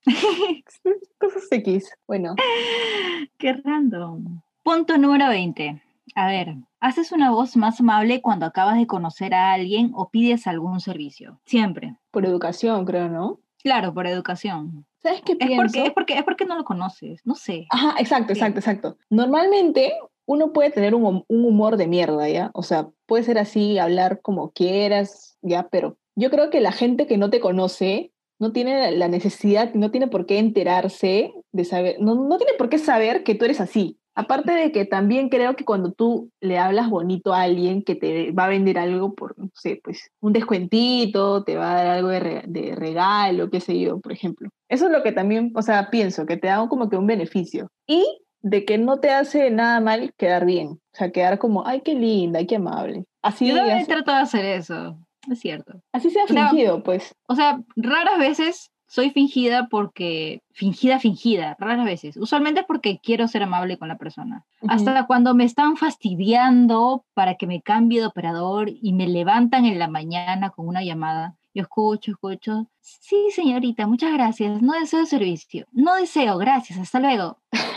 Cosas X. Bueno. Qué random. Punto número 20. A ver, haces una voz más amable cuando acabas de conocer a alguien o pides algún servicio. Siempre. Por educación, creo, ¿no? Claro, por educación. ¿Sabes qué pienso? Es porque no lo conoces, no sé. Ajá, exacto. Normalmente uno puede tener un humor de mierda, ¿ya? O sea, puede ser así, hablar como quieras, ¿ya? Pero yo creo que la gente que no te conoce no tiene la necesidad, no tiene por qué enterarse de saber, no tiene por qué saber que tú eres así. Aparte de que también creo que cuando tú le hablas bonito a alguien que te va a vender algo por, no sé, pues un descuentito, te va a dar algo de regalo, qué sé yo, por ejemplo. Eso es lo que también, o sea, pienso, que te da como que un beneficio. Y de que no te hace nada mal quedar bien. O sea, quedar como, ay, qué linda, ay, qué amable. Así, Yo también trato de hacer eso, es cierto. así sea O sea, fingido, pues. O sea, raras veces soy fingida porque, fingida, raras veces. Usualmente es porque quiero ser amable con la persona. Ujú. Hasta cuando me están fastidiando para que me cambie de operador y me levantan en la mañana con una llamada. Yo escucho. Sí, señorita, muchas gracias. No deseo servicio. No deseo, gracias, hasta luego.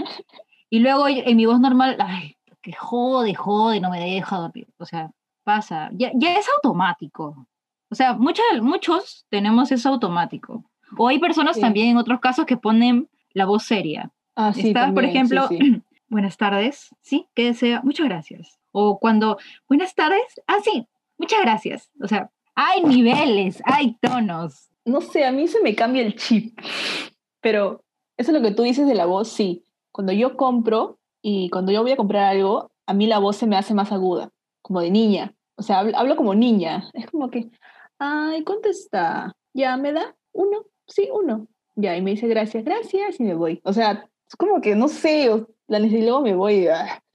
Y luego en mi voz normal, ay, que jode, no me deja dormir. O sea, pasa. Ya es automático. O sea, muchos tenemos eso automático. O hay personas Sí. también en otros casos que ponen la voz seria. Ah, sí, Está, por también, sí, ejemplo, sí. buenas tardes, ¿sí? ¿Qué desea? Muchas gracias. O cuando, buenas tardes, sí, muchas gracias. O sea, hay niveles, hay tonos. No sé, a mí se me cambia el chip, pero eso es lo que tú dices de la voz, sí. Cuando yo compro y cuando yo voy a comprar algo, a mí la voz se me hace más aguda, como de niña. O sea, hablo como niña. Es como que, ay, ¿cuánto está? ¿Ya me da? ¿Uno? Sí, uno. Ya, y me dice gracias, gracias, y me voy. O sea, es como que, no sé, y luego me voy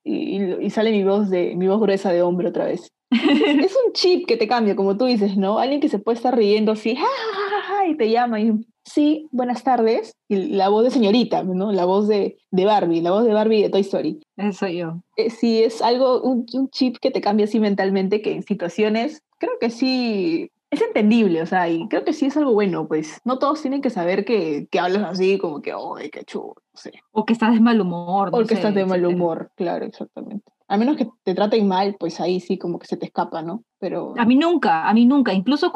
y sale mi voz gruesa de hombre otra vez. Es un chip que te cambia, como tú dices, ¿no? Alguien que se puede estar riendo así, ¡ja, ja, ja, ja! Y te llama y sí, buenas tardes. Y la voz de señorita, ¿no? La voz de Barbie, la voz de Barbie de Toy Story. Eso yo. Sí, es algo, un chip que te cambia así mentalmente, que en situaciones creo que sí es entendible, o sea, y creo que sí es algo bueno, pues no todos tienen que saber que hablas así, como que, ¡ay, qué chulo! No sé. O que estás de mal humor, O no que estás sé, de mal etcétera. humor, claro, exactamente. A menos que te traten mal, pues ahí sí como que se te escapa, ¿no? Pero A mí nunca,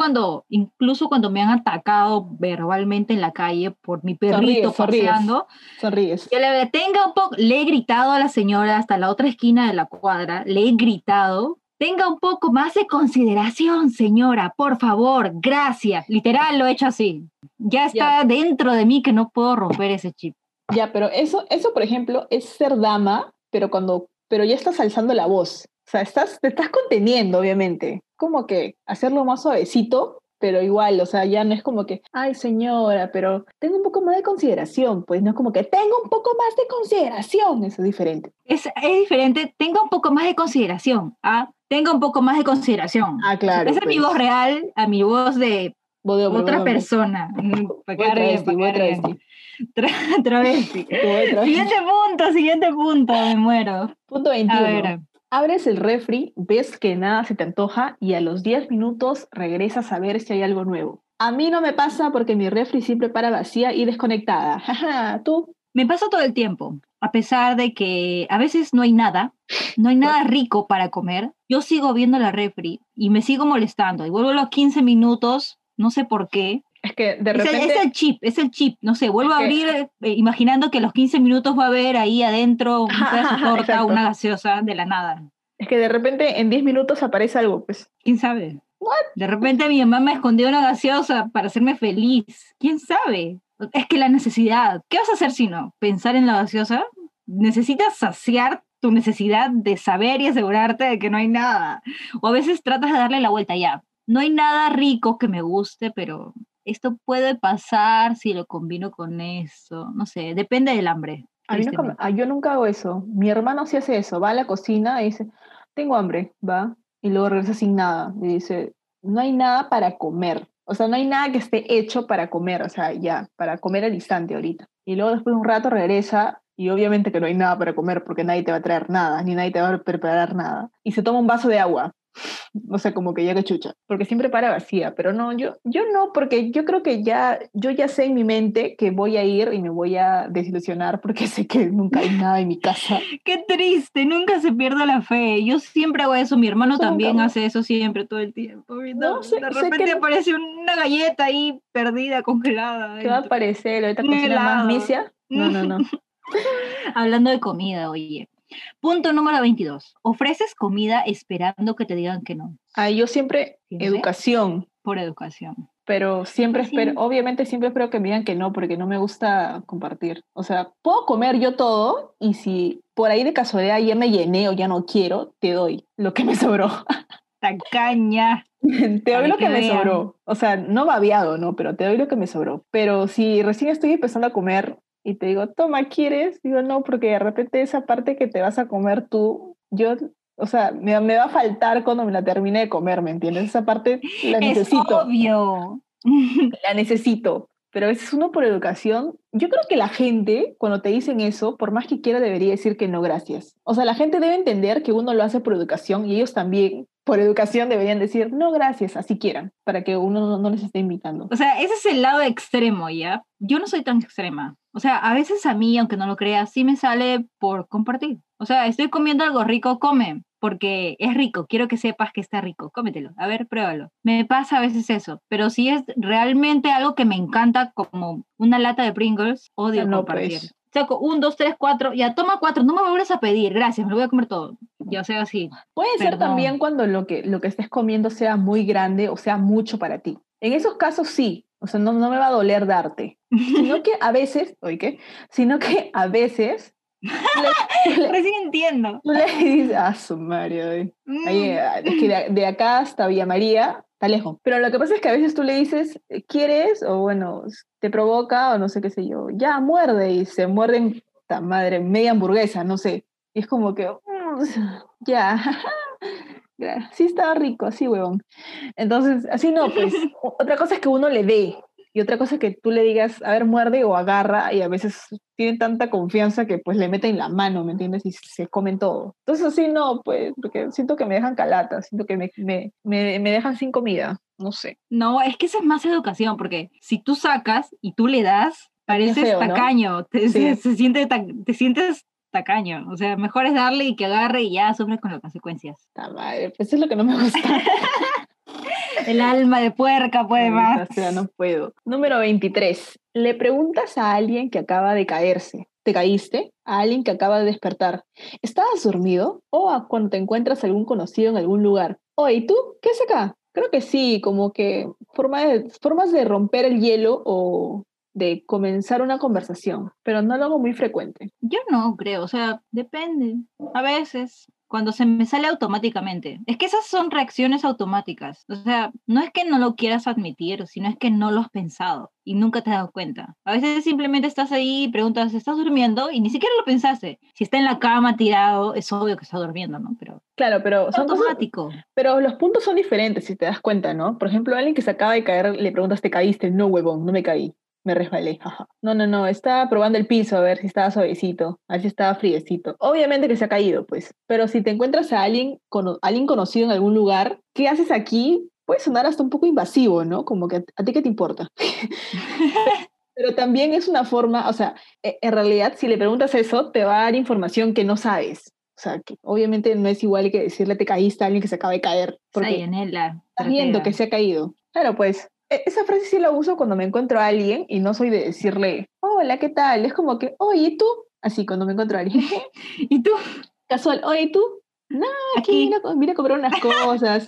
incluso cuando me han atacado verbalmente en la calle por mi perrito sonríes, paseando, sonríes. yo le tenga un poco, le he gritado a la señora hasta la otra esquina de la cuadra, le he gritado, tenga un poco más de consideración, señora, por favor, gracias. Literal lo he hecho así. Ya Ya, está dentro de mí que no puedo romper ese chip. ya, pero eso, por ejemplo, es ser dama, pero ya estás alzando la voz. O sea, te estás conteniendo, obviamente. Como que hacerlo más suavecito, pero igual, o sea, ya no es como que, ay, señora, pero tengo un poco más de consideración. Pues no es como que tengo un poco más de consideración. Eso es diferente. Es diferente, tenga un poco más de consideración, tenga un poco más de consideración. Ah, O sea, claro, esa es mi voz pues. real a mi voz de Voz de hombre, voz de otra hombre. persona. Para Voz de quedar bien, travesti, para voz de quedar bien. travesti. Travesti. Tu voz de travesti. Siguiente punto, me muero. Punto A 21. ver, Abres el refri, ves que nada se te antoja y a los 10 minutos regresas a ver si hay algo nuevo. A mí no me pasa porque mi refri siempre para vacía y desconectada. Jaja, ¿tú? me pasa todo el tiempo, a pesar de que a veces no hay nada rico para comer, yo sigo viendo la refri y me sigo molestando y vuelvo a los 15 minutos, no sé por qué. Es que de Es repente, es el chip, no sé, vuelvo es a que, abrir imaginando que a los 15 minutos va a haber ahí adentro un pedazo de torta, exacto. una gaseosa de la nada. Es que de repente en 10 minutos aparece algo, pues. ¿Quién sabe? De repente mi mamá me escondió una gaseosa para hacerme feliz. ¿Quién sabe? Es que la necesidad, ¿qué vas a hacer si no? ¿Pensar en la gaseosa? Necesitas saciar tu necesidad de saber y asegurarte de que no hay nada. O a veces tratas de darle la vuelta ya. No hay nada rico que me guste, pero esto puede pasar si lo combino con eso. No sé, depende del hambre, A mí tristemente. yo nunca hago eso. Mi hermano sí hace eso. Va a la cocina y dice, tengo hambre, va. Y luego regresa sin nada. Y dice, no hay nada para comer. O sea, no hay nada que esté hecho para comer. O sea, ya, para comer al instante ahorita. Y luego después de un rato regresa y obviamente que no hay nada para comer porque nadie te va a traer nada, ni nadie te va a preparar nada. Y se toma un vaso de agua. O sea, como que ya que chucha, porque siempre para vacía, pero no, yo no, porque yo creo que yo ya sé en mi mente que voy a ir y me voy a desilusionar porque sé que nunca hay nada en mi casa. Qué triste, nunca se pierde la fe. Yo siempre hago eso, mi hermano Eso nunca, también hace eso siempre, todo el tiempo. Y no, de sé que repente aparece una galleta ahí perdida, congelada que va a dentro. aparecer ahorita Un cocina más helado. vicia. No, no, no. Hablando de comida, oye. Punto número 22. Ofreces comida esperando que te digan que no. Ah, yo siempre Siempre educación, por educación. pero siempre espero, Así. obviamente siempre espero que me digan que no, porque no me gusta compartir. O sea, puedo comer yo todo y si por ahí de casualidad ya me llené o ya no quiero, te doy lo que me sobró. Tacaña, Te doy para lo que que me vean. sobró. O sea, no babeado, ¿no? Pero te doy lo que me sobró. Pero si recién estoy empezando a comer, y te digo, toma, ¿quieres? Digo, no, porque de repente esa parte que te vas a comer tú, o sea, me va a faltar cuando me la termine de comer, ¿me entiendes? Esa parte la Es necesito. obvio. La necesito. Pero a veces uno por educación, yo creo que la gente, cuando te dicen eso, por más que quiera, debería decir que no, gracias. O sea, la gente debe entender que uno lo hace por educación y ellos también, por educación, deberían decir no, gracias, así quieran, para que uno no les esté invitando. O sea, ese es el lado extremo, ¿ya? Yo no soy tan extrema. O sea, a veces a mí, aunque no lo creas, sí me sale por compartir. O sea, estoy comiendo algo rico, come, porque es rico, quiero que sepas que está rico, cómetelo, a ver, pruébalo. Me pasa a veces eso, pero si es realmente algo que me encanta, como una lata de Pringles, odio No, compartir. pues. Saco 1, 2, 3, 4, ya toma 4, no me vuelvas a pedir, gracias, me lo voy a comer todo. Ya sea así. Puede ser Perdón. también cuando lo que estés comiendo sea muy grande o sea mucho para ti. En esos casos sí, o sea, no me va a doler darte. Sino que a veces, ¿oye qué? Sino que a veces Recién entiendo. tú le dices, su Mario, ahí, es que de acá hasta Villa María está lejos. Pero lo que pasa es que a veces tú le dices, ¿quieres? O bueno, te provoca o no sé qué sé yo. Ya, muerde y se muerden, ta madre, media hamburguesa, no sé. Y es como que, ya, sí estaba rico, así huevón. Entonces, así no, pues, otra cosa es que uno le dé. Y otra cosa es que tú le digas, a ver, muerde o agarra, y a veces tienen tanta confianza que pues le meten la mano, ¿me entiendes? Y se comen todo. Entonces así no, pues, porque siento que me dejan calata, siento que me dejan sin comida, no sé. No, es que eso es más educación, porque si tú sacas y tú le das, También pareces feo, ¿no? tacaño, Sí. te sientes tacaño. O sea, mejor es darle y que agarre y ya sufres con las consecuencias. Ta madre, pues eso es lo que no me gusta. El alma de puerca puede más. O sea, no puedo. Número 23. Le preguntas a alguien que acaba de caerse. ¿Te caíste? A alguien que acaba de despertar. ¿Estabas dormido? O a cuando te encuentras algún conocido en algún lugar. Oye, ¿y tú? ¿Qué haces acá? Creo que sí, como que formas de romper el hielo o de comenzar una conversación, pero no lo hago muy frecuente. Yo no creo, o sea, depende. A veces, cuando se me sale automáticamente. Es que esas son reacciones automáticas. O sea, no es que no lo quieras admitir, sino es que no lo has pensado y nunca te has dado cuenta. A veces simplemente estás ahí y preguntas, ¿estás durmiendo? Y ni siquiera lo pensaste. Si está en la cama tirado, es obvio que está durmiendo, ¿no? Pero Claro, pero es son cosas, automático. pero los puntos son diferentes si te das cuenta, ¿no? Por ejemplo, a alguien que se acaba de caer le preguntas, ¿te caíste? No, huevón, no me caí. Me resbalé, jaja. No, estaba probando el piso a ver si estaba suavecito, a ver si estaba friecito. Obviamente que se ha caído, pues. Pero si te encuentras a alguien conocido en algún lugar, ¿qué haces aquí? Puede sonar hasta un poco invasivo, ¿no? Como que a ti qué te importa. Pero también es una forma, o sea, en realidad si le preguntas eso, te va a dar información que no sabes. O sea, que obviamente no es igual que decirle te caíste a alguien que se acaba de caer, porque Sayanela, estás viendo estratega. que se ha caído. Claro, pues esa frase sí la uso cuando me encuentro a alguien y no soy de decirle, hola, ¿qué tal? Es como que, oye, ¿y tú? Así, cuando me encuentro a alguien, ¿Y tú? casual, oye, ¿y tú? No, aquí Aquí. vine a comprar unas cosas.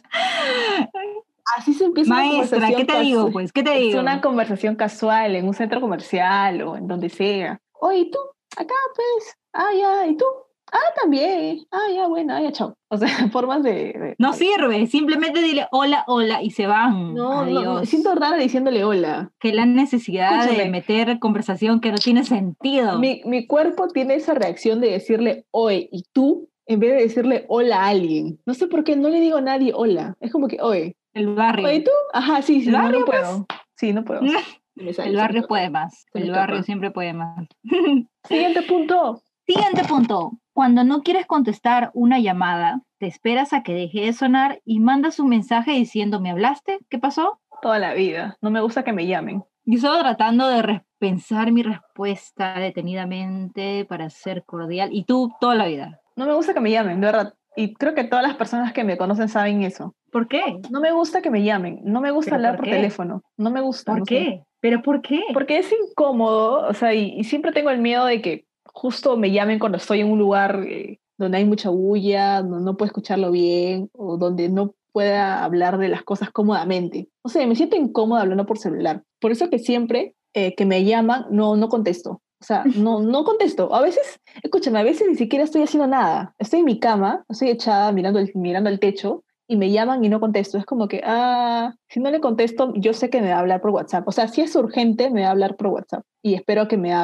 Así se empieza una Maestra, ¿qué conversación te digo? casual. Pues, ¿qué te Es digo? una conversación casual en un centro comercial o en donde sea. Oye, ¿y tú? Acá, pues. Ah, ya, ¿y tú? Ah, también. Ah, ya, bueno, ya, chao. O sea, formas No sirve, simplemente dile hola, hola y se van. No, me siento Adiós. rara diciéndole hola. Que la necesidad de Escúchame, meter conversación que no tiene sentido. mi cuerpo tiene esa reacción de decirle oye, ¿y tú? En vez de decirle hola a alguien. No sé por qué no le digo a nadie hola. Es como que, oye, El oye, ¿y barrio. tú? Ajá, sí, El no, no barrio, puedo. Sí, no puedo. pues. Se El me barrio escapa. puede más. Se me El barrio escapa. siempre puede más. Siguiente punto. Siguiente punto. Cuando no quieres contestar una llamada, te esperas a que deje de sonar y mandas un mensaje diciendo, ¿me hablaste? ¿Qué pasó? Toda la vida. No me gusta que me llamen. Y solo tratando de pensar mi respuesta detenidamente para ser cordial. Y tú, toda la vida. No me gusta que me llamen, de verdad. Y creo que todas las personas que me conocen saben eso. ¿Por qué? No me gusta que me llamen. No me gusta ¿Pero hablar por por qué? teléfono. No me gusta, ¿Por no sé. qué? ¿Pero por qué? Porque es incómodo, o sea, y siempre tengo el miedo de que justo me llamen cuando estoy en un lugar donde hay mucha bulla, donde no puedo escucharlo bien, o donde no pueda hablar de las cosas cómodamente. O sea, me siento incómoda hablando por celular. Por eso que siempre que me llaman, no contesto. O sea, no contesto. A veces, escúchame, a veces ni siquiera estoy haciendo nada. Estoy en mi cama, estoy echada mirando el techo y me llaman y no contesto. Es como que, si no le contesto, yo sé que me va a hablar por WhatsApp. O sea, si es urgente, me va a hablar por WhatsApp y espero que me hable.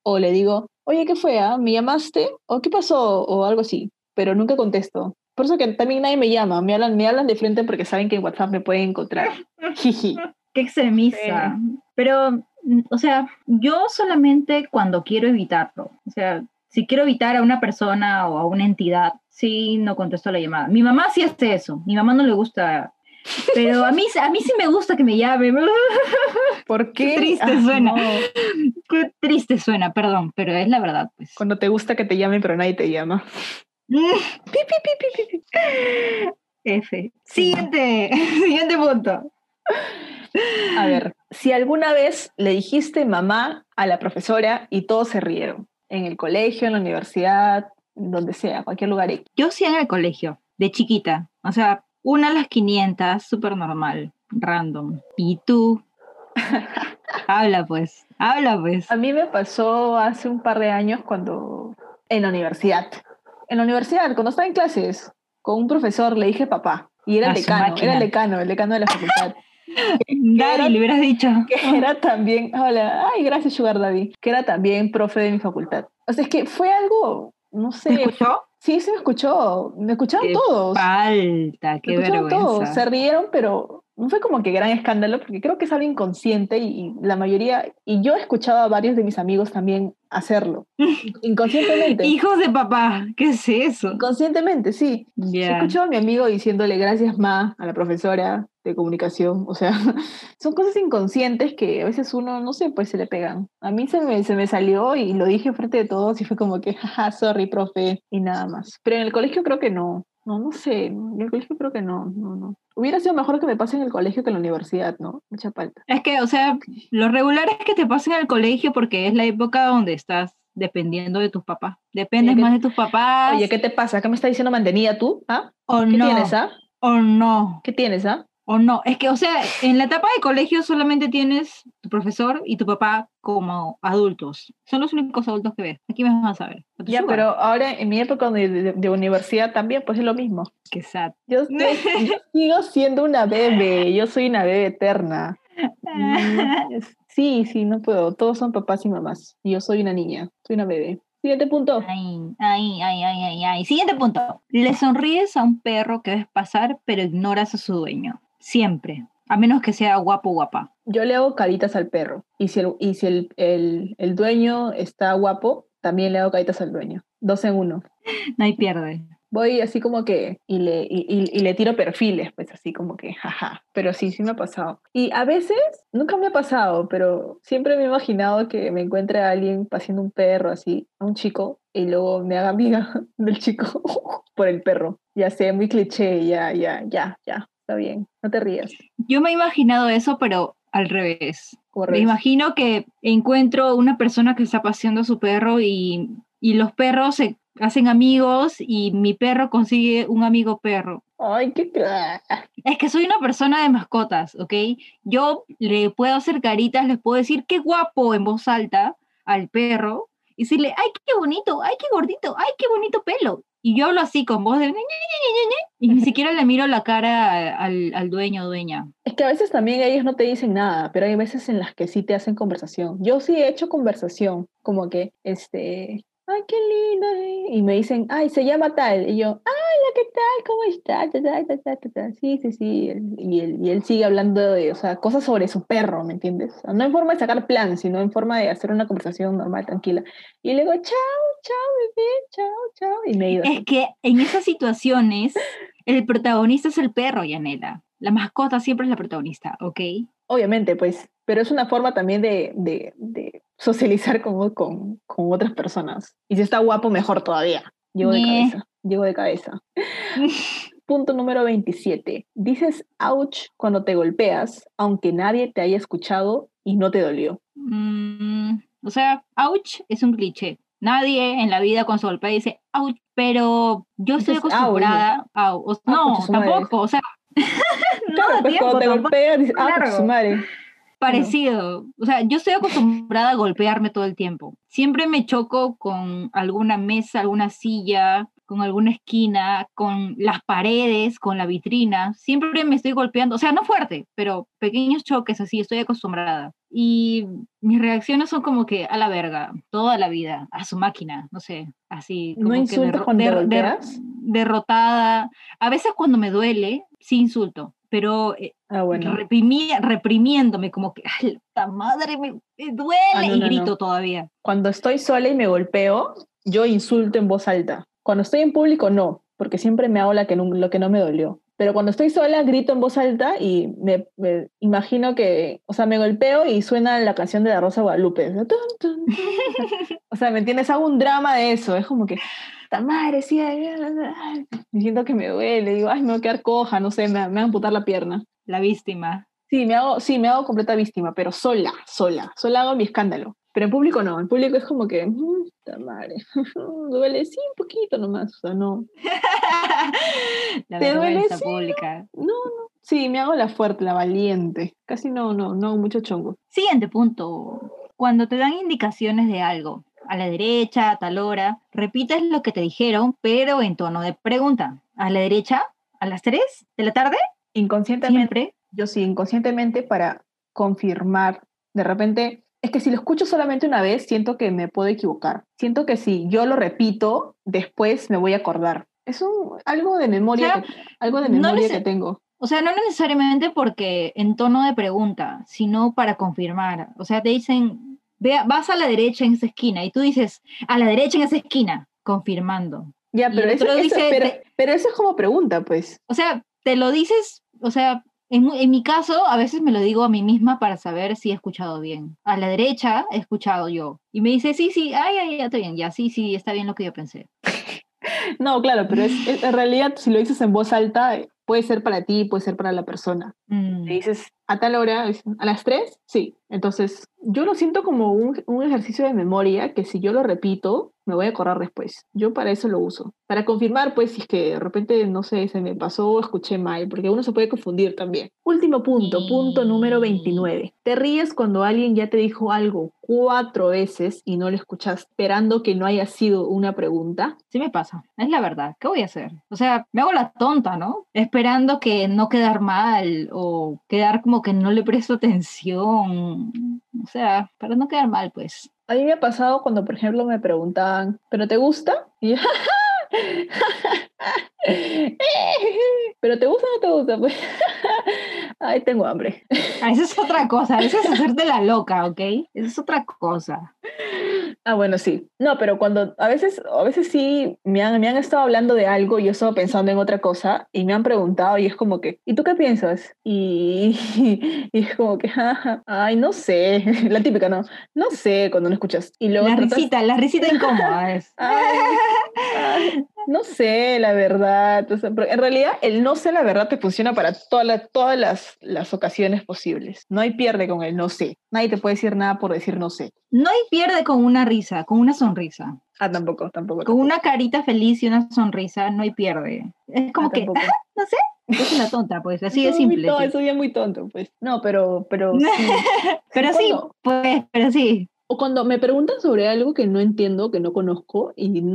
o le digo, oye, ¿qué fue? ¿Me llamaste? ¿O qué pasó? O algo así, pero nunca contesto. Por eso que también nadie me llama, me hablan de frente porque saben que en WhatsApp me pueden encontrar. Jiji. Qué extremista. Pero, o sea, yo solamente cuando quiero evitarlo. O sea, si quiero evitar a una persona o a una entidad, sí, no contesto la llamada. Mi mamá sí hace eso. Mi mamá no le gusta. Pero a mí sí me gusta que me llame. ¿Por qué? Qué triste suena. No. Qué triste suena, perdón, pero es la verdad, pues. Cuando te gusta que te llamen, pero nadie te llama. Pi, pi, pi, pi, pi. F. Siguiente punto. A ver, si alguna vez le dijiste mamá a la profesora y todos se rieron, en el colegio, en la universidad, donde sea, cualquier lugar. Yo sí en el colegio, de chiquita. O sea, una a las 500, súper normal, random. ¿Y tú? Habla pues. A mí me pasó hace un par de años en la universidad. En la universidad, cuando estaba en clases, con un profesor le dije papá. Y era A el su decano, máquina. el decano de la facultad. Daddy, le hubieras dicho. Que era también, hola, ay, gracias Sugar Daddy, que era también profe de mi facultad. O sea, es que fue algo, no sé. ¿Te escuchó? Sí, me escucharon Qué todos. falta, qué Me escucharon todos, vergüenza. se rieron, pero no fue como que gran escándalo, porque creo que es algo inconsciente y la mayoría, y yo escuchaba a varios de mis amigos también hacerlo, inconscientemente. Hijos de papá, ¿qué es eso? Inconscientemente, sí. Sí Ya. escuchaba a mi amigo diciéndole gracias, ma, a la profesora de comunicación. O sea, son cosas inconscientes que a veces uno, no sé, pues se le pegan. A mí se me salió y lo dije frente de todos y fue como que, jaja, sorry, profe, y nada más. Pero en el colegio creo que no. No sé. En el colegio creo que no. Hubiera sido mejor que me pase en el colegio que en la universidad, ¿no? Mucha falta. Es que, o sea, lo regular es que te pasen al colegio porque es la época donde estás dependiendo de tus papás. Dependes Oye, más de tus papás. Oye, ¿qué te pasa? ¿Qué me está diciendo mantenida tú? ¿Ah? O ¿Qué no. tienes, ah? O no. ¿Qué tienes, ah? O no. Es que, o sea, en la etapa de colegio solamente tienes tu profesor y tu papá como adultos. Son los únicos adultos que ves. Aquí me vas a ver. Ya, pero ahora en mi época de universidad también, pues es lo mismo. Qué sad. Yo sigo siendo una bebé, yo soy una bebé eterna. Sí, no puedo. Todos son papás y mamás. Y yo soy una niña, soy una bebé. Siguiente punto. Ay. Siguiente punto. Le sonríes a un perro que ves pasar, pero ignoras a su dueño. Siempre. A menos que sea guapo o guapa. Yo le hago caritas al perro. Y si el dueño está guapo, también le hago caritas al dueño. 2 en 1. No hay pierde. Voy así como que, y le tiro perfiles, pues así como que, jaja. Pero sí me ha pasado. Y a veces, nunca me ha pasado, pero siempre me he imaginado que me encuentre a alguien paseando un perro así, a un chico, y luego me haga amiga del chico por el perro. Ya sé, muy cliché, ya, está bien, no te rías. Yo me he imaginado eso, pero al revés. Como Me revés. imagino que encuentro una persona que está paseando a su perro y los perros se hacen amigos y mi perro consigue un amigo perro. Ay, qué Es que soy una persona de mascotas, ¿ok? Yo le puedo hacer caritas, les puedo decir qué guapo en voz alta al perro y decirle, ay, qué bonito, ay, qué gordito, ay, qué bonito pelo. Y yo hablo así con voz de y ni siquiera le miro la cara al dueño o dueña. Es que a veces también ellos no te dicen nada, pero hay veces en las que sí te hacen conversación. Yo sí he hecho conversación, como que, ay, qué lindo, y me dicen, ay, se llama tal, y yo, hola, ¿qué tal? ¿Cómo estás? Sí, y él sigue hablando de, o sea, cosas sobre su perro, ¿me entiendes? O sea, no en forma de sacar plan, sino en forma de hacer una conversación normal, tranquila. Y le digo, chao, bebé, chao, y me he ido así. Es que en esas situaciones el protagonista es el perro, Yanela. La mascota siempre es la protagonista, ¿ok? Obviamente, pues, pero es una forma también de socializar con otras personas. Y si está guapo, mejor todavía. Llego de cabeza. Punto número 27. Dices ouch cuando te golpeas, aunque nadie te haya escuchado y no te dolió. O sea, ouch es un cliché. Nadie en la vida cuando se golpea dice ouch, pero yo estoy Dices, acostumbrada no, concha su madre. tampoco, o sea, Claro, pues cuando te golpeas, dices, largo. su madre. Parecido, o sea, yo estoy acostumbrada a golpearme todo el tiempo. Siempre me choco con alguna mesa, alguna silla, con alguna esquina, con las paredes, con la vitrina. Siempre me estoy golpeando, o sea, no fuerte, pero pequeños choques así, estoy acostumbrada. y mis reacciones son como que a la verga, toda la vida, a su máquina, no sé, así ¿No como que insultas cuando te golpeas? derrotada. A veces cuando me duele, sí insulto, pero Ah, bueno. reprimiéndome, como que, ¡ay, la madre, me duele! No, Y no, no. grito todavía. Cuando estoy sola y me golpeo, yo insulto en voz alta. Cuando estoy en público, no, porque siempre me hago lo que no me dolió. Pero cuando estoy sola, grito en voz alta y me imagino que, o sea, me golpeo y suena la canción de la Rosa de Guadalupe. Tun, tun, tun. O sea, ¿me entiendes? Hago un drama de eso. Es como que, ¡ta madre! Sí, me siento que me duele. Digo, ay, me voy a quedar coja, no sé, me va a amputar la pierna. La víctima. Sí, me hago completa víctima, pero sola hago mi escándalo. Pero en público no, en público es como que, ¡ta madre! Duele, sí, un poquito nomás, o sea, no. La ¿Te duele? vergüenza Sí, pública. no, no. Sí, me hago la fuerte, la valiente. Casi no hago mucho chongo. Siguiente punto. Cuando te dan indicaciones de algo, a la derecha, a tal hora, repites lo que te dijeron, pero en tono de pregunta. ¿A la derecha? ¿A las 3 de la tarde? Inconscientemente, Siempre. yo sí, inconscientemente para confirmar. De repente, es que si lo escucho solamente una vez, siento que me puedo equivocar. Siento que si yo lo repito, después me voy a acordar. Es algo de O memoria, sea, algo de no, memoria que tengo. o sea, no necesariamente porque en tono de pregunta, sino para confirmar. O sea, te dicen, vas a la derecha en esa esquina y tú dices, a la derecha en esa esquina, confirmando. Ya, Y el otro dice, pero eso es como pregunta, pues. o sea, te lo dices, o sea, en mi caso, a veces me lo digo a mí misma para saber si he escuchado bien. A la derecha he escuchado yo. Y me dice, sí, sí, ay, ya está bien, ya, sí, sí, está bien lo que yo pensé. No, claro, pero en realidad si lo dices en voz alta, puede ser para ti, puede ser para la persona. Le Mm. dices a tal hora, a las 3, sí. Entonces, yo lo siento como un ejercicio de memoria que si yo lo repito, me voy a acordar después. Yo para eso lo uso. Para confirmar, pues, si es que de repente, no sé, se me pasó o escuché mal, porque uno se puede confundir también. Último punto número 29. Te ríes cuando alguien ya te dijo algo 4 veces y no lo escuchas, esperando que no haya sido una pregunta. Sí me pasa, es la verdad. ¿Qué voy a hacer? O sea, me hago la tonta, ¿no? Esperando que no quedar mal o quedar como que no le presto atención. O sea, para no quedar mal, pues. A mí me ha pasado cuando, por ejemplo, me preguntaban, ¿pero te gusta? Y yo, ¿pero te gusta o no te gusta? Pues, ay, tengo hambre. Ah, esa es otra cosa, esa es hacerte la loca, ¿ok? Esa es otra cosa. Ah, bueno, sí. No, pero cuando a veces sí me han estado hablando de algo y yo estaba pensando en otra cosa y me han preguntado y es como que, ¿y tú qué piensas? Y es como que, "Jaja, ay, no sé", la típica, ¿no? No sé cuando no escuchas. Y luego tratas, La risita incómoda es. ay, ay, no sé, la verdad. O sea, pero en realidad, el no sé la verdad te funciona para todas las ocasiones posibles. No hay pierde con el no sé. Nadie te puede decir nada por decir no sé. No hay pierde con una risa, con una sonrisa. Ah, tampoco, tampoco, Con tampoco. una carita feliz y una sonrisa no hay pierde. Es Ah, como que, tampoco. no sé, es la tonta, pues, así de simple. Eso ya es muy tonto, pues. No, pero sí. Sí, Pero sí, pues, pero sí. o cuando me preguntan sobre algo que no entiendo, que no conozco,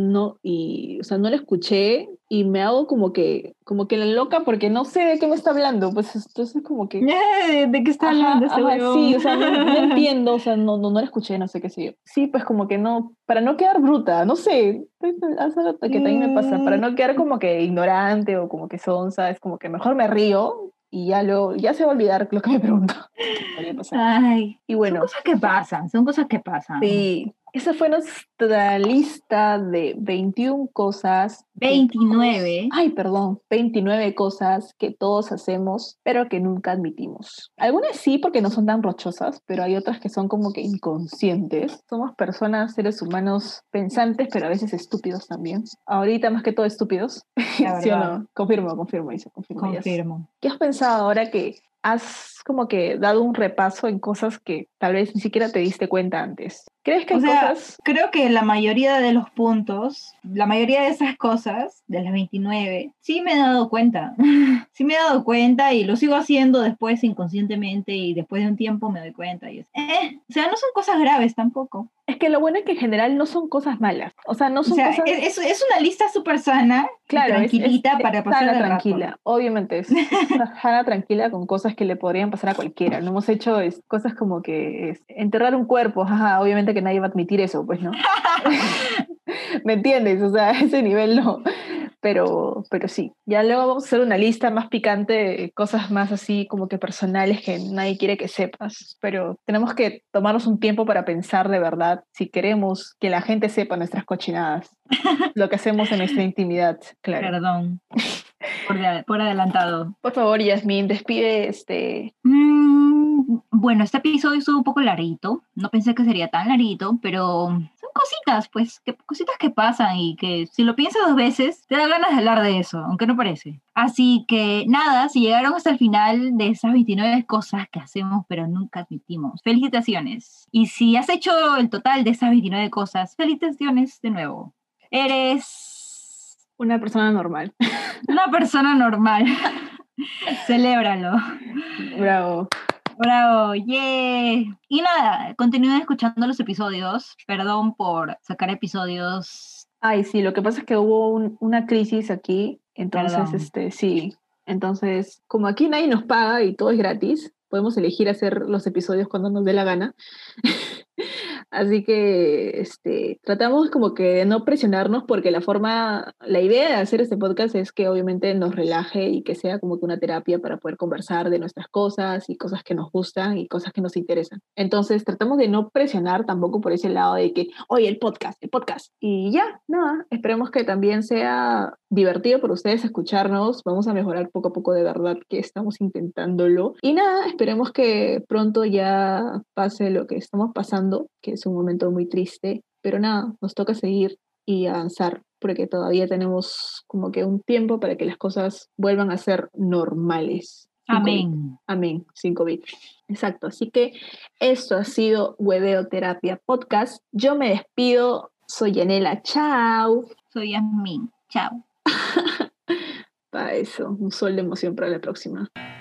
o sea, no lo escuché y me hago como que la loca porque no sé de qué me está hablando, pues entonces como que, ¿De qué está hablando este sí, huevón? o sea, no entiendo, o sea, no la escuché, no sé qué sé yo. Sí, pues como que no, para no quedar bruta, no sé, es algo que también me pasa, para no quedar como que ignorante o como que sonsa, es como que mejor me río y ya se va a olvidar lo que me preguntó. Podría pasar. Ay, Y son bueno, cosas que pasan, son cosas que pasan. sí, esa fue nuestra lista de 21 cosas que todos, 29. ay, perdón, 29 cosas que todos hacemos, pero que nunca admitimos. Algunas sí, porque no son tan rochosas, pero hay otras que son como que inconscientes. Somos personas, seres humanos pensantes, pero a veces estúpidos también. Ahorita más que todo estúpidos, La ¿sí o verdad, no? Dice, confirmo, ya. confirmo. ¿Qué has pensado ahora que has como que dado un repaso en cosas que tal vez ni siquiera te diste cuenta antes? ¿Crees que O hay sea, cosas? creo que la mayoría de los puntos, la mayoría de esas cosas, de las 29, sí me he dado cuenta. Sí me he dado cuenta y lo sigo haciendo después inconscientemente y después de un tiempo me doy cuenta. O sea, no son cosas graves tampoco. Es que lo bueno es que en general no son cosas malas. O sea, no O son sea, cosas... es una lista súper sana, Claro, tranquilita es para pasar sana, el rato. tranquila. Obviamente es sana, tranquila con cosas que le podrían pasar a cualquiera. No hemos hecho cosas como que enterrar un cuerpo. Ajá, obviamente que nadie va a admitir eso, pues no. ¿Me entiendes? O sea, a ese nivel no. Pero sí. Ya luego vamos a hacer una lista más picante de cosas más así como que personales que nadie quiere que sepas. Pero tenemos que tomarnos un tiempo para pensar de verdad si queremos que la gente sepa nuestras cochinadas. Lo que hacemos en nuestra intimidad, claro. Perdón por adelantado. Por favor, Yasmín, despide Bueno, este episodio estuvo un poco larguito. No pensé que sería tan larguito, pero son cositas, pues, cositas que pasan y que si lo piensas 2 veces, te da ganas de hablar de eso, aunque no parece. Así que nada, si llegaron hasta el final de esas 29 cosas que hacemos pero nunca admitimos, felicitaciones. Y si has hecho el total de esas 29 cosas, felicitaciones de nuevo. Eres una persona normal. una persona normal. Celébralo. Bravo. Bravo, yeah. Y nada, continúen escuchando los episodios. Perdón por sacar episodios. Ay, sí, lo que pasa es que hubo una crisis aquí, entonces, Perdón. sí. Entonces, como aquí nadie nos paga y todo es gratis, podemos elegir hacer los episodios cuando nos dé la gana. Así que tratamos como que de no presionarnos porque la idea de hacer este podcast es que obviamente nos relaje y que sea como que una terapia para poder conversar de nuestras cosas y cosas que nos gustan y cosas que nos interesan. Entonces tratamos de no presionar tampoco por ese lado de que, oye, el podcast. Y ya, nada, esperemos que también sea divertido para ustedes escucharnos. Vamos a mejorar poco a poco, de verdad que estamos intentándolo. Y nada, esperemos que pronto ya pase lo que estamos pasando, que es un momento muy triste. Pero nada, nos toca seguir y avanzar, porque todavía tenemos como que un tiempo para que las cosas vuelvan a ser normales. Sin COVID. Amén. Amén, sin COVID. Exacto, así que esto ha sido Hueveo Terapia Podcast. Yo me despido, soy Yanela, chao. Soy Yasmin. Chao. Para eso, un sol de emoción para la próxima.